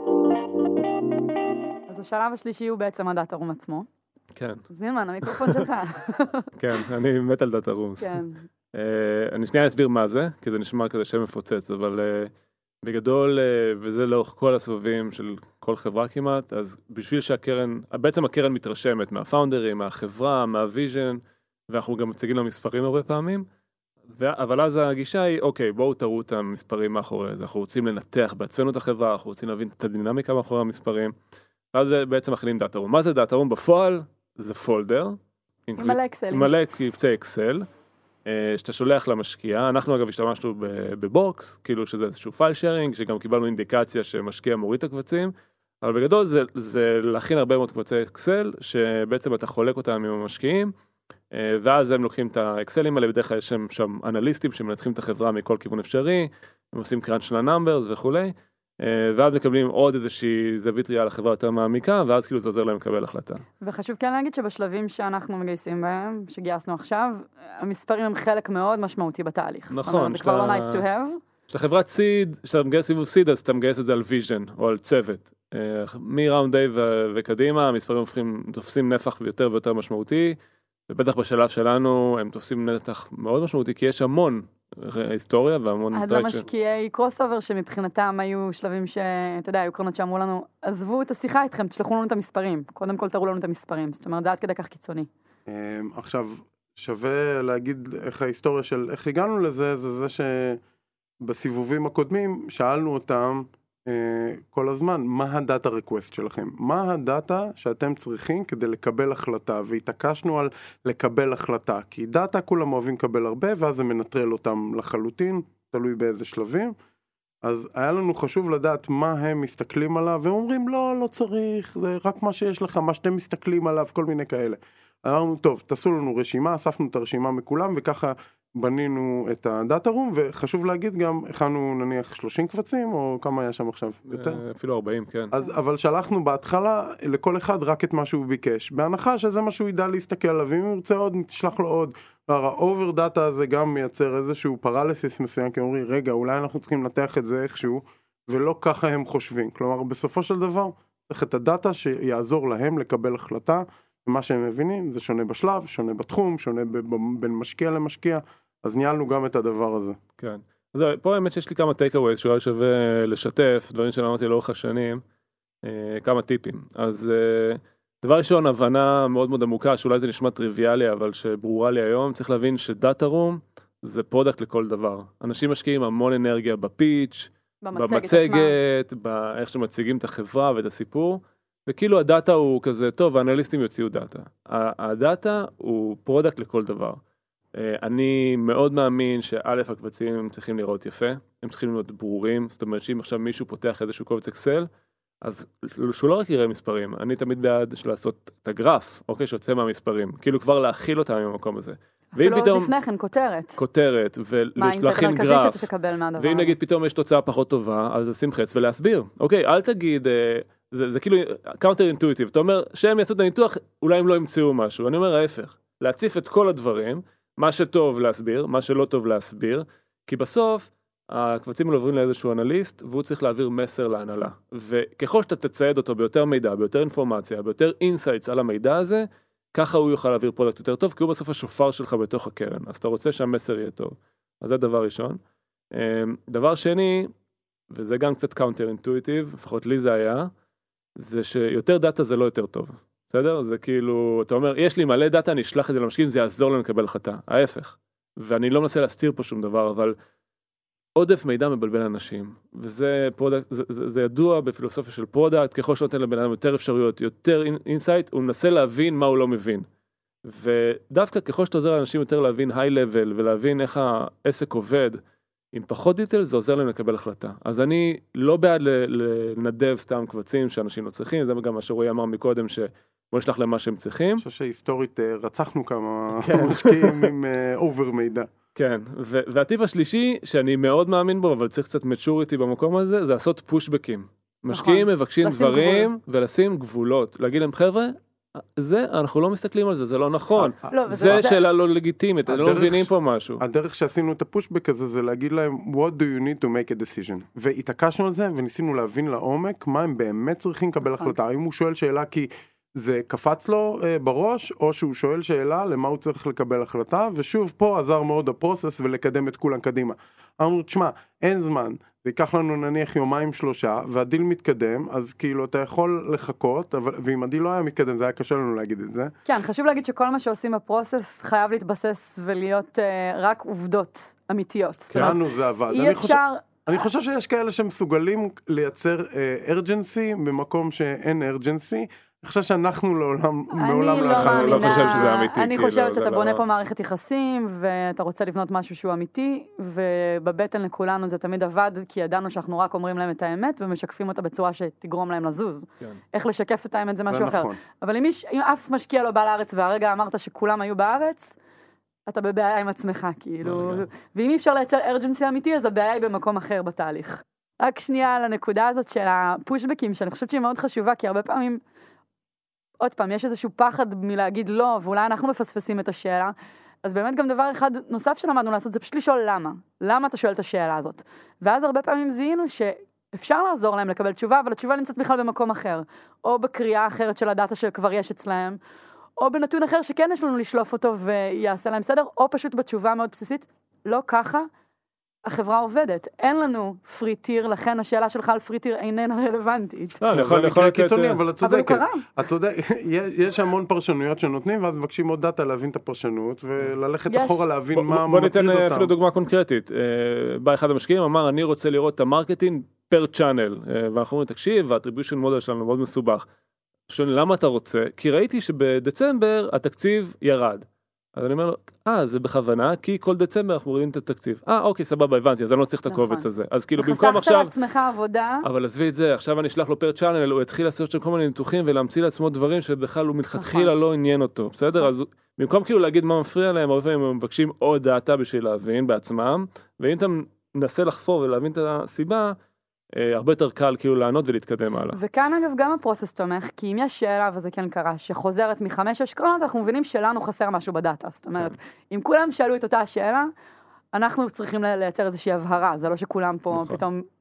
אז השלב השלישי הוא בעצם הדאטה רום עצמו. כן. זילמן, המיקרופון שלך. כן, אני מת על דאטה רומס. כן. אני שנייה אסביר מה זה, כי זה נשמע כזה שם מפוצץ, אבל בגדול, וזה לאורך כל הסבבים של כל חברה כמעט, אז בשביל שהקרן, בעצם הקרן מתרשמת מהפאונדרים, מהחברה, מהוויז'ן, ואנחנו גם מציגים לו מספרים הרבה פעמים, אבל אז הגישה היא, אוקיי, בואו תראו את המספרים מאחורי זה, אנחנו רוצים לנתח בעצמנו את החברה, אנחנו רוצים להבין את הדינמיקה מאחורי המספרים, ואז בעצם מכינים דאטה רום. מה זה דאטה רום? בפועל זה פולדר, עם מלא אקסלים. מלא קבצי אקסל, שאתה שולח למשקיע, אנחנו אגב השתמשנו בבוקס, כאילו שזה איזשהו פייל שיירינג, שגם קיבלנו אינדיקציה שמשקיע מוריד את הקבצים, אבל בגדול זה להכין הרבה מאוד קבצי אקסל, שבעצם אתה חולק אותם עם המשקיעים, ואז הם לוקחים את האקסלים האלה, בדרך כלל יש שם אנליסטים שמנתחים את החברה מכל כיוון אפשרי, הם עושים קראנץ' של הנאמברס וכולי, ואז מקבלים עוד איזושהי זווית ראייה לחברה יותר מעמיקה, ואז כאילו זה עוזר להם לקבל החלטה. וחשוב כן להגיד שבשלבים שאנחנו מגייסים בהם, שגייסנו עכשיו, המספרים הם חלק מאוד משמעותי בתהליך. נכון. זאת אומרת, זה כבר לא nice to have. כשאתה חברת סיד, כשאתה מגייס סיבוב סיד, אז אתה מגייס את זה על ויז'ן, או על צוות. מראונד איי וקדימה, המספרים תופסים נפח יותר ויותר משמעותי, ובטח בשלב שלנו הם תופסים נתח מאוד משמעותי, כי יש המון היסטוריה והמון... עד למשקיעי קרוס אובר שמבחינתם היו שלבים שאתה יודע, היו קרנות שאמרו לנו, עזבו את השיחה איתכם, תשלחו לנו את המספרים. קודם כל תראו לנו את המספרים. זאת אומרת, זה עד כדי כך קיצוני. עכשיו, שווה להגיד איך ההיסטוריה של איך הגענו לזה, זה שבסיבובים הקודמים שאלנו אותם כל הזמן, מה הדאטה ריקווסט שלכם? מה הדאטה שאתם צריכים כדי לקבל החלטה? והתעקשנו על לקבל החלטה, כי דאטה כולם אוהבים לקבל הרבה, ואז זה מנטרל אותם לחלוטין, תלוי באיזה שלבים. אז היה לנו חשוב לדעת מה הם מסתכלים עליו, והם אומרים, לא צריך, זה רק מה שיש לך, מה שאתם מסתכלים עליו, כל מיני כאלה. אמרנו, טוב, תעשו לנו רשימה, אספנו את הרשימה מכולם, וככה בנינו את הדאטה רום, וחשוב להגיד גם, הכנו נניח 30 קבצים, או כמה היה שם עכשיו? יותר? אפילו 40, כן. אבל שלחנו בהתחלה לכל אחד רק את מה שהוא ביקש, בהנחה שזה מה שהוא ידע להסתכל עליו, אם הוא ירצה עוד, תשלח לו עוד. האובר דאטה הזה גם מייצר איזשהו פרליסיס מסוים, כי אומרים, רגע, אולי אנחנו צריכים לנתח את זה איכשהו, ולא ככה הם חושבים. כלומר, בסופו של דבר, צריך את הדאטה שיעזור להם לקבל החלטה, ומה שהם מבינים, זה שונה בשלב, שונה בתחום, שונה בין משקיע למשקיע, אז ניהלנו גם את הדבר הזה. כן. אז פה האמת שיש לי כמה takeaways שאולי שווה לשתף, דברים שלמדתי לאורך השנים, כמה טיפים. אז דבר ראשון, הבנה מאוד מאוד עמוקה, שאולי זה נשמע טריוויאלי, אבל שברורה לי היום, צריך להבין שדאטה רום זה פרודקט לכל דבר. אנשים משקיעים המון אנרגיה בפיץ', במצגת, באיך שמציגים את החברה ואת הסיפור, וכאילו הדאטה הוא כזה, טוב, האנליסטים יוציאו דאטה. הדאטה הוא פרודקט לכל דבר. אני מאוד מאמין שא' הקבצים הם צריכים לראות יפה, הם צריכים להיות ברורים, זאת אומרת שאם עכשיו מישהו פותח איזשהו קובץ אקסל, אז שהוא לא רק יראה מספרים, אני תמיד בעד של לעשות את הגרף, אוקיי, שיוצא מהמספרים, כאילו כבר להכיל אותם במקום הזה. אפילו עוד לפני כן, כותרת. כותרת, ולהכין גרף. ואם נגיד פתאום יש תוצאה פחות טובה, אז לשים חץ ולהסביר. אוקיי, אל תגיד, זה כאילו קאונטר אינטואיטיב, אתה אומר שהם יעשו את הניתוח, אולי הם לא ימצאו משהו, אני אומר ההפך, להציף את כל הדברים, מה שטוב להסביר, מה שלא טוב להסביר, כי בסוף הקבצים האלה עוברים לאיזשהו אנליסט, והוא צריך להעביר מסר להנהלה. וככל שאתה תצייד אותו ביותר מידע, ביותר אינפורמציה, ביותר אינסייטס על המידע הזה, ככה הוא יוכל להעביר פרודקט יותר טוב, כי הוא בסוף השופר שלך בתוך הקרן. אז אתה רוצה שהמסר יהיה טוב. אז זה דבר ראשון. דבר שני, וזה גם קצת קאונטר אינטואיטיב, לפחות לי זה היה, זה שיותר דאטה זה לא יותר טוב. בסדר? זה כאילו, אתה אומר, יש לי מלא דאטה, אני אשלח את זה למשקיעים, זה יעזור לנו לקבל החלטה. ההפך. ואני לא מנסה להסתיר פה שום דבר, אבל עודף מידע מבלבל אנשים, וזה פרודקט, זה ידוע בפילוסופיה של פרודקט, ככל שנותן לבן אדם יותר אפשרויות, יותר אינסייט, הוא מנסה להבין מה הוא לא מבין. ודווקא ככל שאתה עוזר לאנשים יותר להבין היי לבל, ולהבין איך העסק עובד, עם פחות דיטל, זה עוזר להם לקבל החלטה. אז אני לא בעד לנדב סתם קבצים שאנשים לא צריכים, זה גם מה שרועי אמר מקודם, בוא נשלח להם מה שהם צריכים. אני חושב שהיסטורית רצחנו כמה משקיעים עם אובר מידע. כן, והטיפ השלישי, שאני מאוד מאמין בו, אבל צריך קצת מצ'וריטי במקום הזה, זה לעשות פושבקים. משקיעים מבקשים דברים, ולשים גבולות. להגיד להם, חבר'ה, אנחנו לא מסתכלים על זה, זה לא נכון. זה שאלה לא לגיטימית, לא מבינים פה משהו. הדרך שעשינו את הפושבק הזה, זה להגיד להם, what do you need to make a decision? והתעקשנו על זה, וניסינו להבין לעומק, מה הם באמת צריכים לקבל החלטה. האם הוא שואל שאלה כי זה קפץ לו בראש, או שהוא שואל שאלה למה הוא צריך לקבל החלטה, ושוב פה עזר מאוד הפרוסס ולקדם את כולם קדימה. אמרנו, תשמע, אין זמן, זה ייקח לנו נניח 2-3, והדיל מתקדם, אז כאילו אתה יכול לחכות, ואם הדיל לא היה מתקדם, זה היה קשה לנו להגיד את זה. כן, חשוב להגיד שכל מה שעושים בפרוסס חייב להתבסס ולהיות רק עובדות אמיתיות. לנו זה עבד. אי אפשר... אני חושב שיש כאלה שמסוגלים לייצר urgency במקום שאין urgency, אני חושב שאנחנו מעולם לא חושב שזה אמיתי. אני חושבת שאתה בונה פה מערכת יחסים, ואתה רוצה לבנות משהו שהוא אמיתי, ובבטן לכולנו זה תמיד עבד, כי ידענו שאנחנו רק אומרים להם את האמת, ומשקפים אותה בצורה שתגרום להם לזוז. איך לשקף את האמת זה משהו אחר. אבל אם אף משקיע לא בא לארץ, והרגע אמרת שכולם היו בארץ, אתה בבעיה עם עצמך, כאילו. ואם אי אפשר לייצר urgency אמיתי, אז הבעיה היא במקום אחר בתהליך. רק שנייה על הנקודה הזאת של הפושבקים, שאני חושבת שהיא מאוד חשובה, כי הרבה פעמים עוד פעם, יש איזשהו פחד מלהגיד לא, ואולי אנחנו מפספסים את השאלה, אז באמת גם דבר אחד נוסף שלמדנו לעשות, זה פשוט לשאול למה. למה אתה שואל את השאלה הזאת? ואז הרבה פעמים זיהינו שאפשר לעזור להם לקבל תשובה, אבל התשובה נמצאת בכלל במקום אחר, או בקריאה אחרת של הדאטה שכבר יש אצלהם, או בנתון אחר שכן יש לנו לשלוף אותו ויעשה להם סדר, או פשוט בתשובה מאוד בסיסית, לא ככה. החברה עובדת, אין לנו פרי טיר, לכן השאלה שלך על פרי טיר איננה רלוונטית. יכול קיצוני, אבל את צודקת. יש המון פרשנויות שנותנים, ואז מבקשים עוד דאטה להבין את הפרשנות, וללכת אחורה להבין מה מטריד אותם. בוא ניתן אפילו דוגמה קונקרטית. בא אחד המשקיעים, אמר, אני רוצה לראות את המרקטינג פר צ'אנל, ואנחנו אומרים, תקשיב, והאטריביושן מודל שלנו מאוד מסובך. שואלים, למה אתה רוצה? כי ראיתי שבדצמבר התקציב ירד. אז אני אומר לו, זה בכוונה, כי כל דצמבר אנחנו רואים את התקציב. אוקיי, סבבה, הבנתי, אז אני לא צריך את הקובץ הזה. אז כאילו במקום עכשיו... חסכת לעצמך עבודה. אבל עזבי את זה, עכשיו אני אשלח לו פר צ'אנל, הוא יתחיל לעשות שם כל מיני ניתוחים, ולהמציא לעצמו דברים שבכלל הוא מלכתחילה לא עניין אותו. בסדר? אז במקום כאילו להגיד מה מפריע להם, הרבה פעמים הם מבקשים עוד דאטה בשביל להבין בעצמם, ואם אתה מנסה לחפור ולהבין את הסיבה, הרבה יותר קל כאילו לענות ולהתקדם הלאה. וכאן אגב גם הפרוסס תומך, כי אם יש שאלה, וזה כן קרה, שחוזרת מ5 אשכולות, אנחנו מבינים שלנו חסר משהו בדאטה. זאת אומרת, אם כולם שאלו את אותה השאלה, אנחנו צריכים לייצר איזושהי הבהרה, זה לא שכולם פה פתאום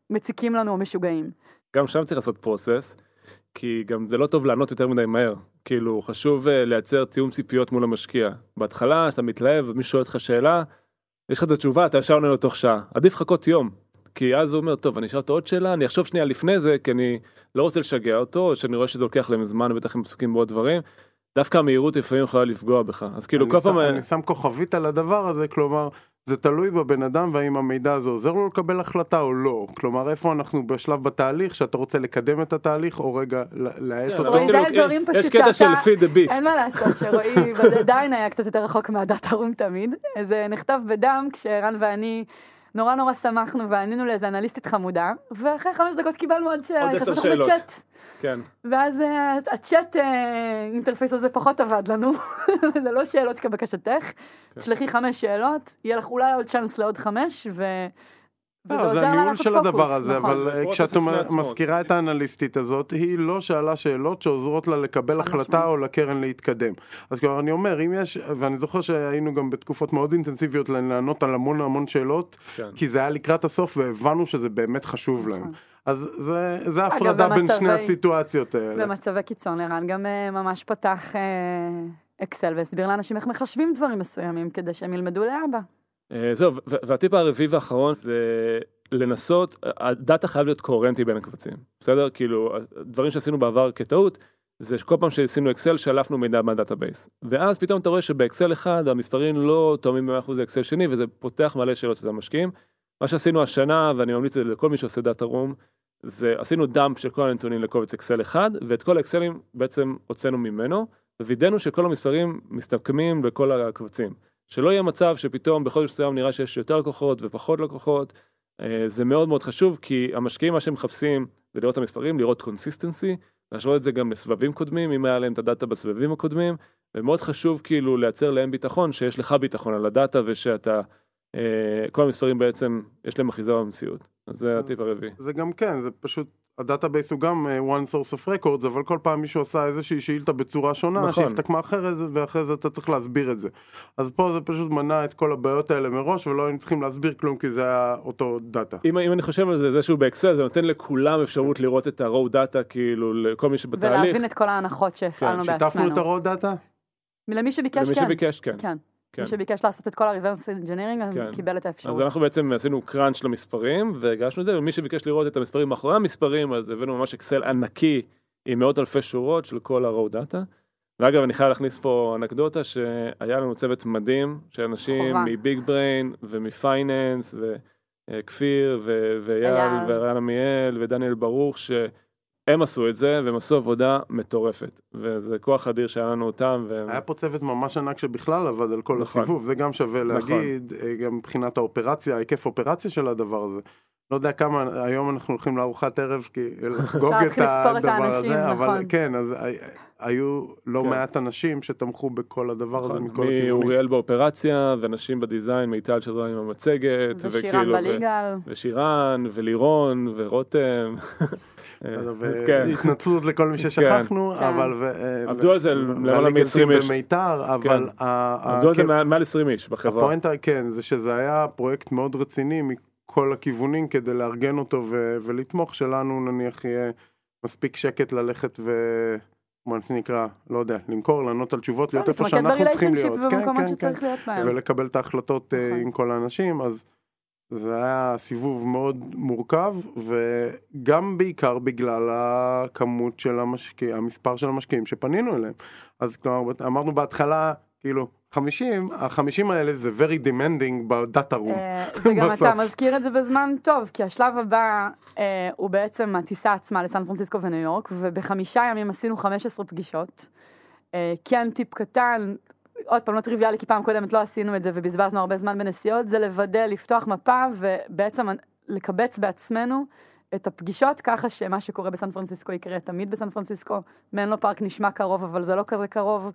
מציקים לנו או משוגעים. גם שם צריך לעשות פרוסס, כי גם זה לא טוב לענות יותר מדי מהר. כאילו, חשוב לייצר תיאום ציפיות מול המשקיע. בהתחלה, שאתה מתלהב, ומי שואל אותך שאלה, יש לך את התשובה, אתה ישר עונה לו תוך שעה. עדיף לחכות יום. כי אז הוא אומר, טוב, אני אשאל אותו עוד שאלה, אני אחשוב שנייה לפני זה, כי אני לא רוצה לשגע אותו, או שאני רואה שזה לוקח להם זמן, בטח הם עסוקים בעוד דברים. דווקא המהירות לפעמים יכולה לפגוע בך. אז כאילו, כל פעם... אני שם כוכבית על הדבר הזה, כלומר, זה תלוי בבן אדם, והאם המידע הזה עוזר לו לקבל החלטה או לא. כלומר, איפה אנחנו בשלב בתהליך, שאתה רוצה לקדם את התהליך, או רגע להאט אותו. רואי, זה האזורים פשוט יש קטע של feed the beast. אין מה לעשות, שרואי עדיין היה קצת יותר רחוק מהדאטה רום תמיד. זה נכתב בדם, כשרן ואני נורא שמחנו, וענינו לאיזה אנליסטית חמודה, ואחרי 5 דקות קיבלנו עוד שאלה. עוד 10 שאלות. כן. ואז הצ'אט אינטרפייס הזה פחות עבד לנו, זה לא שאלות כבקשתך, תשלחי 5 שאלות, יהיה לך אולי עוד צ'אנס לעוד 5, זה הניהול של הדבר הזה, אבל כשאת מזכירה את האנליסטית הזאת, היא לא שאלה שאלות שעוזרות לה לקבל החלטה או לקרן להתקדם. אז כבר אני אומר, אם יש, ואני זוכר שהיינו גם בתקופות מאוד אינטנסיביות לענות על המון שאלות, כי זה היה לקראת הסוף והבנו שזה באמת חשוב להם. אז זה הפרדה בין שני הסיטואציות האלה. במצבי קיצון, לרן גם ממש פתח אקסל והסביר לאנשים איך מחשבים דברים מסוימים כדי שהם ילמדו לאבא. זהו, והטיפ הרביעי והאחרון זה לנסות, הדאטה חייב להיות קוהרנטי בין הקבצים, בסדר? כאילו, הדברים שעשינו בעבר כטעות, זה שכל פעם שעשינו אקסל, שלפנו מידע מהדאטאבייס. ואז פתאום אתה רואה שבאקסל אחד, המספרים לא תואמים ב100% לאקסל שני, וזה פותח מלא שאלות שזה המשקיעים. מה שעשינו השנה, ואני ממליץ לכל מי שעושה דאטה רום, זה עשינו דאמפ של כל הנתונים לקובץ אקסל אחד, ואת כל האקסלים בעצם הוצאנו ממנו, ווידאנו שכל המספרים מסתכמים בכל הקבצים. שלא יהיה מצב שפתאום בחודש מסוים נראה שיש יותר לקוחות ופחות לקוחות. זה מאוד מאוד חשוב, כי המשקיעים מה שהם מחפשים זה לראות את המספרים, לראות קונסיסטנסי, להשוות את זה גם לסבבים קודמים, אם היה להם את הדאטה בסבבים הקודמים, ומאוד חשוב כאילו לייצר להם ביטחון, שיש לך ביטחון על הדאטה, ושאתה, כל המספרים בעצם יש להם אחיזה במציאות. אז זה הטיפ הרביעי. זה גם כן, זה פשוט, הדאטאבייס הוא גם one source of records, אבל כל פעם מישהו עשה איזושהי שאילתה בצורה שונה, נכון. שהסתכמה אחרת, ואחרי זה אתה צריך להסביר את זה. אז פה זה פשוט מנע את כל הבעיות האלה מראש, ולא היינו צריכים להסביר כלום, כי זה היה אותו דאטה. אם אני חושב על זה, זה שהוא באקסל, זה נותן לכולם אפשרות לראות את ה-raw data, כאילו, לכל מי שבתהליך. ולהבין את כל ההנחות שהפעלנו כן. בעצמנו. שיתפנו את ה-raw data? למי שביקש, למי שביקש, כן. כן. מי שביקש לעשות את כל ה-reverse engineering, קיבל את האפשרות. אז אנחנו בעצם עשינו קראנץ' למספרים, והגשנו את זה, ומי שביקש לראות את המספרים מאחורי המספרים, אז הבאנו ממש אקסל ענקי, עם מאות אלפי שורות של כל ה-raw data. ואגב, אני חייב להכניס פה אנקדוטה, שהיה לנו צוות מדהים, שאנשים מביג בריין, ומפייננס, וכפיר, ואייל, ורן עמיאל, ודניאל ברוך, הם עשו את זה, והם עשו עבודה מטורפת. וזה כוח אדיר שהיה לנו אותם. היה פה צוות ממש ענק שבכלל עבד על כל הסיבוב. זה גם שווה להגיד, גם מבחינת האופרציה, ההיקף אופרציה של הדבר הזה. לא יודע כמה, היום אנחנו הולכים לארוחת ערב, כי לחגוג את הדבר הזה. אבל כן, אז היו לא מעט אנשים שתמכו בכל הדבר הזה מכל הכיוונים. מאוריאל באופרציה, ונשים בדיזיין, מיטל שזו עם המצגת. ושירן בליגל. ושירן, ולירון, ורותם. התנצלות לכל מי ששכחנו, אבל עבדו על זה למעלה מ-20 איש במיתר, אבל עבדו על זה מעל 20 איש בחברה. הפואנטה, כן, זה שזה היה פרויקט מאוד רציני מכל הכיוונים כדי לארגן אותו ולתמוך, שלנו נניח יהיה מספיק שקט ללכת מה שנקרא, לא יודע, למכור, לענות על תשובות, להיות איפה שאנחנו צריכים להיות, ולקבל את ההחלטות עם כל האנשים. אז זה היה סיבוב מאוד מורכב, וגם בעיקר בגלל הכמות של המשקיעים, המספר של המשקיעים שפנינו אליהם. אז כלומר, אמרנו בהתחלה, כאילו, 50 האלה זה very demanding בדאטה רום. זה גם אתה מזכיר את זה בזמן טוב, כי השלב הבא הוא בעצם הטיסה עצמה לסן פרנסיסקו וניו יורק, וב5 ימים עשינו 15 פגישות. כן, טיפ קטן, עוד פעם לא טריוויאלי, כי פעם קודמת לא עשינו את זה ובזבזנו הרבה זמן בנסיעות, זה לוודא, לפתוח מפה ובעצם לקבץ בעצמנו את הפגישות, ככה שמה שקורה בסן פרנסיסקו יקרה תמיד בסן פרנסיסקו. מנלו פארק נשמע קרוב, אבל זה לא כזה קרוב.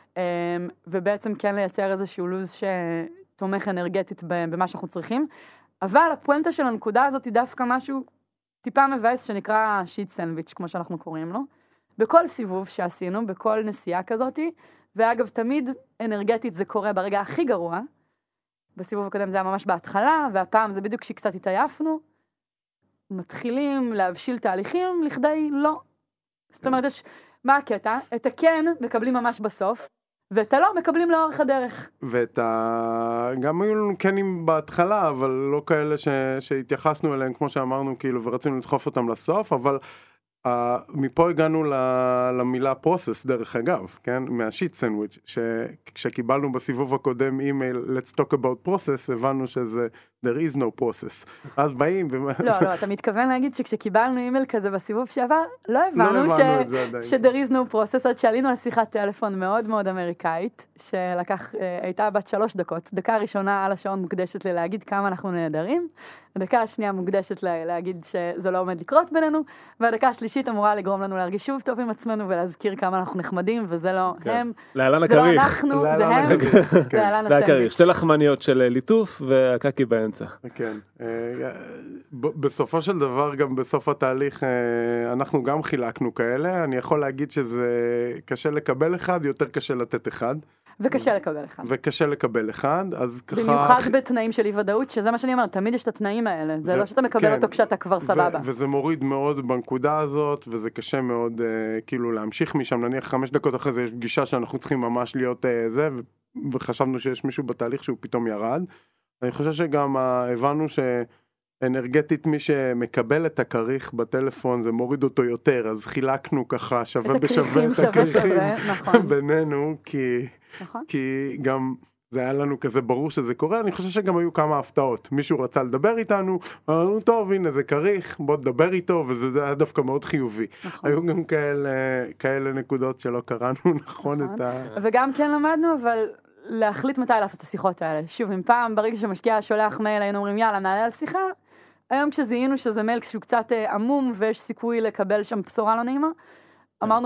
ובעצם כן לייצר איזשהו לוז שתומך אנרגטית במה שאנחנו צריכים. אבל הפואנטה של הנקודה הזאת היא דווקא משהו טיפה מבאס שנקרא שיט סנדוויץ', כמו שאנחנו קוראים לו. בכל סיבוב שעשינו, בכל נסיעה כזאת, ואגב, תמיד אנרגטית זה קורה ברגע הכי גרוע. בסיבוב הקודם זה היה ממש בהתחלה, והפעם זה בדיוק שקצת התעייפנו. מתחילים להבשיל תהליכים לכדי לא. זאת אומרת, מה הקטע? את הכן מקבלים ממש בסוף, ואת הלא מקבלים לאורך הדרך. גם היו לנו כנים בהתחלה, אבל לא כאלה שהתייחסנו אליהם, כמו שאמרנו, כאילו, ורצינו לדחוף אותם לסוף, אבל מפה הגענו למילה process, דרך אגב, כן? מהשיט סנדוויץ', שכשקיבלנו בסיבוב הקודם אימייל, let's talk about process, הבנו שזה there is no process. אז באים... לא, אתה מתכוון להגיד שכשקיבלנו אימייל כזה בסיבוב שעבר, לא הבנו ש-there is no process, עד שעלינו על שיחת טלפון מאוד מאוד אמריקאית, הייתה בת 3 דקות. דקה ראשונה על השעון מוקדשת להגיד כמה אנחנו נהדרים, הדקה השנייה מוקדשת להגיד שזה לא עומד לקרות בינינו, והדקה השלישית אמורה לגרום לנו להרגיש שוב טוב עם עצמנו ולהזכיר כמה אנחנו נחמדים, וזה לא הם, זה לא אנחנו, זה הם, להלן הסנדוויץ'. שתי לחמניות של ליטוף והקקי באמצע. כן, בסופו של דבר גם בסוף התהליך אנחנו גם חילקנו כאלה, אני יכול להגיד שזה קשה לקבל אחד, יותר קשה לתת אחד. וקשה לקבל אחד. אז ככה... במיוחד בתנאים של אי ודאות, שזה מה שאני אומרת, תמיד יש את התנאים האלה, זה לא שאתה מקבל אותו כשאתה כבר סבבה. וזה מוריד מאוד בנקודה הזאת, וזה קשה מאוד כאילו להמשיך משם, נניח 5 דקות אחרי זה יש פגישה שאנחנו צריכים ממש להיות זה, וחשבנו שיש מישהו בתהליך שהוא פתאום ירד. אני חושב שגם הבנו אנרגטית מי שמקבל את הכריך בטלפון זה מוריד אותו יותר, אז חילקנו ככה שווה בשווה את הכריכים בינינו, כי גם זה היה לנו כזה ברור שזה קורה. אני חושב שגם היו כמה הפתעות, מישהו רצה לדבר איתנו, אמרנו טוב הנה זה כריך, בוא תדבר איתו, וזה היה דווקא מאוד חיובי. היו גם כאלה נקודות שלא קראנו נכון את ה... וגם כן למדנו, אבל להחליט מתי לעשות את השיחות האלה. שוב, אם פעם ברגע שמשקיע שולח מייל היינו אומרים יאללה נעלה על שיחה, היום כשזיהינו שזה מייל כשהוא קצת עמום ויש סיכוי לקבל שם בשורה לא נעימה, אמרנו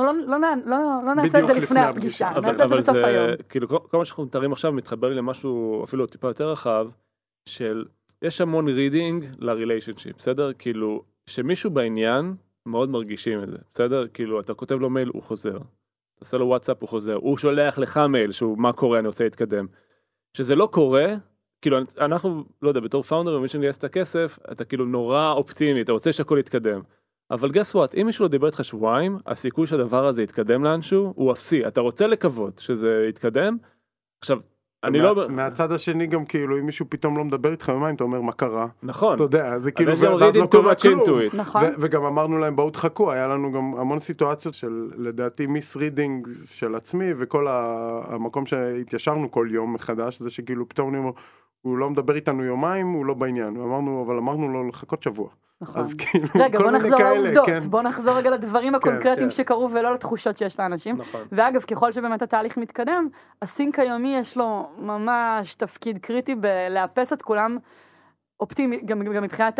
לא נעשה את זה לפני הפגישה, נעשה את זה בסוף היום. כאילו כל מה שאנחנו מתארים עכשיו מתחבר לי למשהו אפילו טיפה יותר רחב, של יש המון רידינג לריליישנשיפ, בסדר? כאילו שמישהו בעניין מאוד מרגישים את זה, בסדר? כאילו אתה כותב לו מייל הוא חוזר. אתה עושה לו וואטסאפ, הוא חוזר, הוא שולח לך מייל, שהוא מה קורה, אני רוצה להתקדם. שזה לא קורה, כאילו אנחנו, לא יודע, בתור פאונדר, ומי שנגייס את הכסף, אתה כאילו נורא אופטימי, אתה רוצה שהכל יתקדם. אבל guess what, אם מישהו לא דיבר איתך שבועיים, הסיכוי שהדבר הזה יתקדם לאנשהו, הוא אפסי. אתה רוצה לקוות שזה יתקדם. עכשיו, אני לא... מהצד השני גם כאילו, אם מישהו פתאום לא מדבר איתך יומיים, אתה אומר מה קרה. נכון. אתה יודע, זה כאילו... אבל יש גם reading too much into it. נכון. וגם אמרנו להם, בואו תחכו, היה לנו גם המון סיטואציות של, לדעתי, מיס-רידינג של עצמי, וכל המקום שהתיישרנו כל יום מחדש, זה שכאילו פתאום הוא לא מדבר איתנו יומיים, הוא לא בעניין. אבל אמרנו לו לחכות שבוע. נכון. אז כאילו, רגע, בוא נחזור לעובדות, כן. בוא נחזור רגע לדברים הקונקרטיים שקרו ולא לתחושות שיש לאנשים. נכון. ואגב, ככל שבאמת התהליך מתקדם, הסינק היומי יש לו ממש תפקיד קריטי בלאפס את כולם אופטימי, גם מבחינת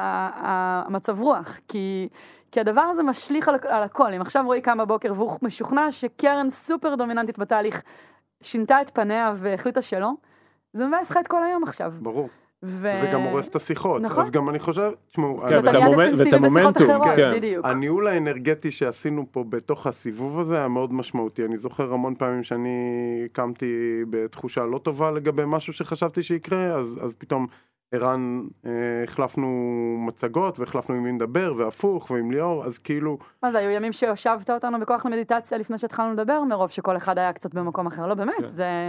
המצב רוח, כי הדבר הזה משליך על הכל. אם עכשיו רואי קם בבוקר והוא משוכנע שקרן סופר דומיננטית בתהליך שינתה את פניה והחליטה שלא, זה מבאס לך את כל היום עכשיו. ברור. זה גם הורס את השיחות. נכון. אז גם אני חושב, תשמעו, ואת המומנטום, כן. בדיוק. הניהול האנרגטי שעשינו פה בתוך הסיבוב הזה היה מאוד משמעותי. אני זוכר המון פעמים שאני קמתי בתחושה לא טובה לגבי משהו שחשבתי שיקרה, אז פתאום ערן, החלפנו מצגות והחלפנו עם מי נדבר והפוך ועם ליאור, אז כאילו... מה זה, היו ימים שיושבת אותנו בכוח למדיטציה לפני שהתחלנו לדבר, מרוב שכל אחד היה קצת במקום אחר. לא, באמת,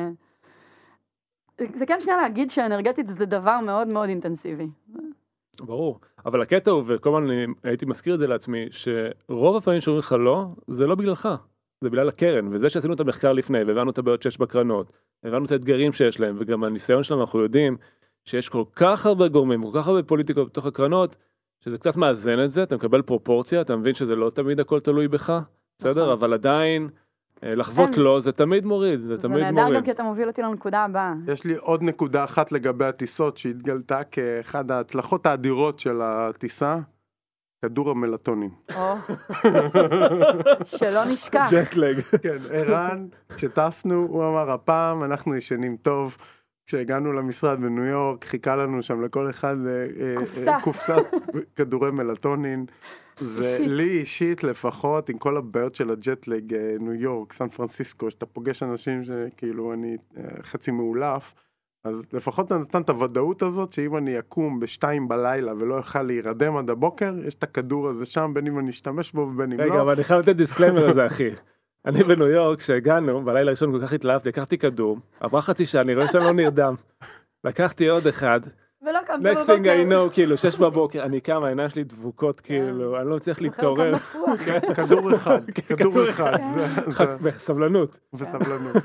זה כן שנייה להגיד שהאנרגטית זה דבר מאוד מאוד אינטנסיבי. ברור, אבל הקטע הוא, וכל הזמן הייתי מזכיר את זה לעצמי, שרוב הפעמים שאומרים לך לא, זה לא בגללך, זה בגלל הקרן, וזה שעשינו את המחקר לפני, והבנו את הבעיות שיש בקרנות, הבנו את האתגרים שיש להם, וגם הניסיון שלנו אנחנו יודעים, שיש כל כך הרבה גורמים, כל כך הרבה פוליטיקות בתוך הקרנות, שזה קצת מאזן את זה, אתה מקבל פרופורציה, אתה מבין שזה לא תמיד הכל תלוי בך, בסדר? אבל עדיין לחוות לו, זה תמיד מוריד, זה תמיד מוריד. זה נהדר גם כי אתה מוביל אותי לנקודה הבאה. יש לי עוד נקודה אחת לגבי הטיסות, שהתגלתה כאחד ההצלחות האדירות של הטיסה, כדור המלטונין. שלא נשכח. ג'טלג. כן, ערן, כשטסנו, הוא אמר, הפעם אנחנו ישנים טוב, כשהגענו למשרד בניו יורק, חיכה לנו שם לכל אחד קופסת כדורי מלטונין. זה לי אישית לפחות, עם כל הבעיות של הג'טלג, ניו יורק, סן פרנסיסקו, שאתה פוגש אנשים שכאילו אני חצי מאולף, אז לפחות זה נתן את הוודאות הזאת, שאם אני אקום ב-2 בלילה ולא אוכל להירדם עד הבוקר, יש את הכדור הזה שם, בין אם אני אשתמש בו ובין אם לא. רגע, אבל אני חייב לתת דיסקליימר הזה, אחי. אני בניו יורק, כשהגענו, בלילה הראשון כל כך התלהבתי, לקחתי כדור, עברה חצי שעה, אני רואה שאני לא נרדם. לקחתי עוד אחד. ולא קמת next בבוקר. thing I know, כאילו, 6 בבוקר, אני קם, העיניים שלי דבוקות, כאילו, אני לא צריך להתעורר. כדור אחד, כדור אחד. בסבלנות. בסבלנות.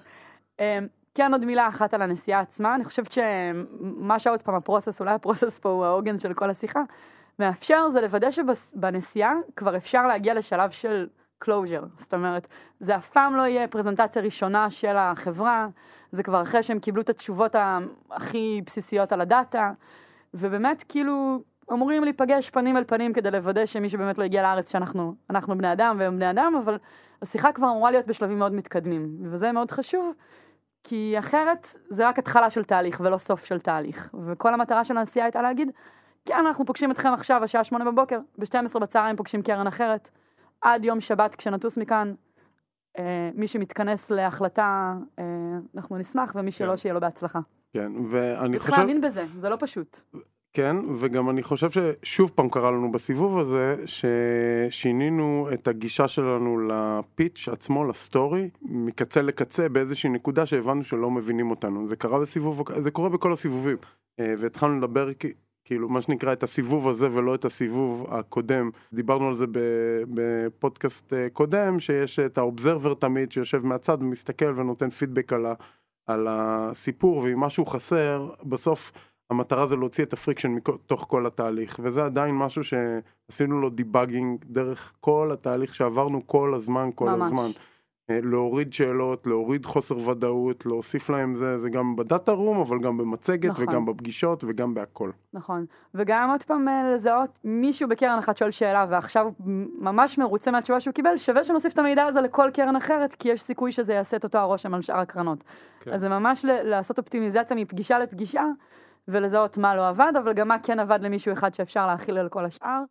כן, עוד מילה אחת על הנסיעה עצמה. אני חושבת שמה שעוד פעם הפרוסס, אולי הפרוסס פה הוא העוגן של כל השיחה, מאפשר זה לוודא שבנסיעה כבר אפשר להגיע לשלב של closure. זאת אומרת, זה אף פעם לא יהיה פרזנטציה ראשונה של החברה, זה כבר אחרי שהם קיבלו את התשובות הכי בסיסיות על הדאטה, ובאמת כאילו אמורים להיפגש פנים אל פנים כדי לוודא שמי שבאמת לא הגיע לארץ שאנחנו בני אדם והם בני אדם, אבל השיחה כבר אמורה להיות בשלבים מאוד מתקדמים, וזה מאוד חשוב, כי אחרת זה רק התחלה של תהליך ולא סוף של תהליך, וכל המטרה של הנסיעה הייתה להגיד, כן, אנחנו פוגשים אתכם עכשיו, השעה 8 בבוקר, ב-12 בצהריים פוגשים קרן אחרת, עד יום שבת כשנטוס מכאן, מי שמתכנס להחלטה, אנחנו נשמח, ומי שלא, שיהיה לו בהצלחה. כן, ואני חושב... צריך להאמין בזה, זה לא פשוט. כן, וגם אני חושב ששוב פעם קרה לנו בסיבוב הזה, ששינינו את הגישה שלנו לפיץ' עצמו, לסטורי, מקצה לקצה באיזושהי נקודה שהבנו שלא מבינים אותנו. זה קרה בסיבוב, זה קורה בכל הסיבובים. והתחלנו לדבר כאילו מה שנקרא את הסיבוב הזה ולא את הסיבוב הקודם. דיברנו על זה בפודקאסט קודם, שיש את האובזרבר תמיד שיושב מהצד ומסתכל ונותן פידבק על הסיפור, ואם משהו חסר, בסוף המטרה זה להוציא את הפריקשן מתוך כל התהליך, וזה עדיין משהו שעשינו לו דיבאגינג דרך כל התהליך שעברנו כל הזמן, הזמן. להוריד שאלות, להוריד חוסר ודאות, להוסיף להם זה גם בדאטה רום, אבל גם במצגת, נכון. וגם בפגישות, וגם בהכל. נכון, וגם עוד פעם לזהות, מישהו בקרן אחת שואל שאלה, ועכשיו ממש מרוצה מהתשובה שהוא קיבל, שווה שנוסיף את המידע הזה לכל קרן אחרת, כי יש סיכוי שזה יעשה את אותו הרושם על שאר הקרנות. כן. אז זה ממש לעשות אופטימיזציה מפגישה לפגישה, ולזהות מה לא עבד, אבל גם מה כן עבד למישהו אחד שאפשר להכיל על כל השאר.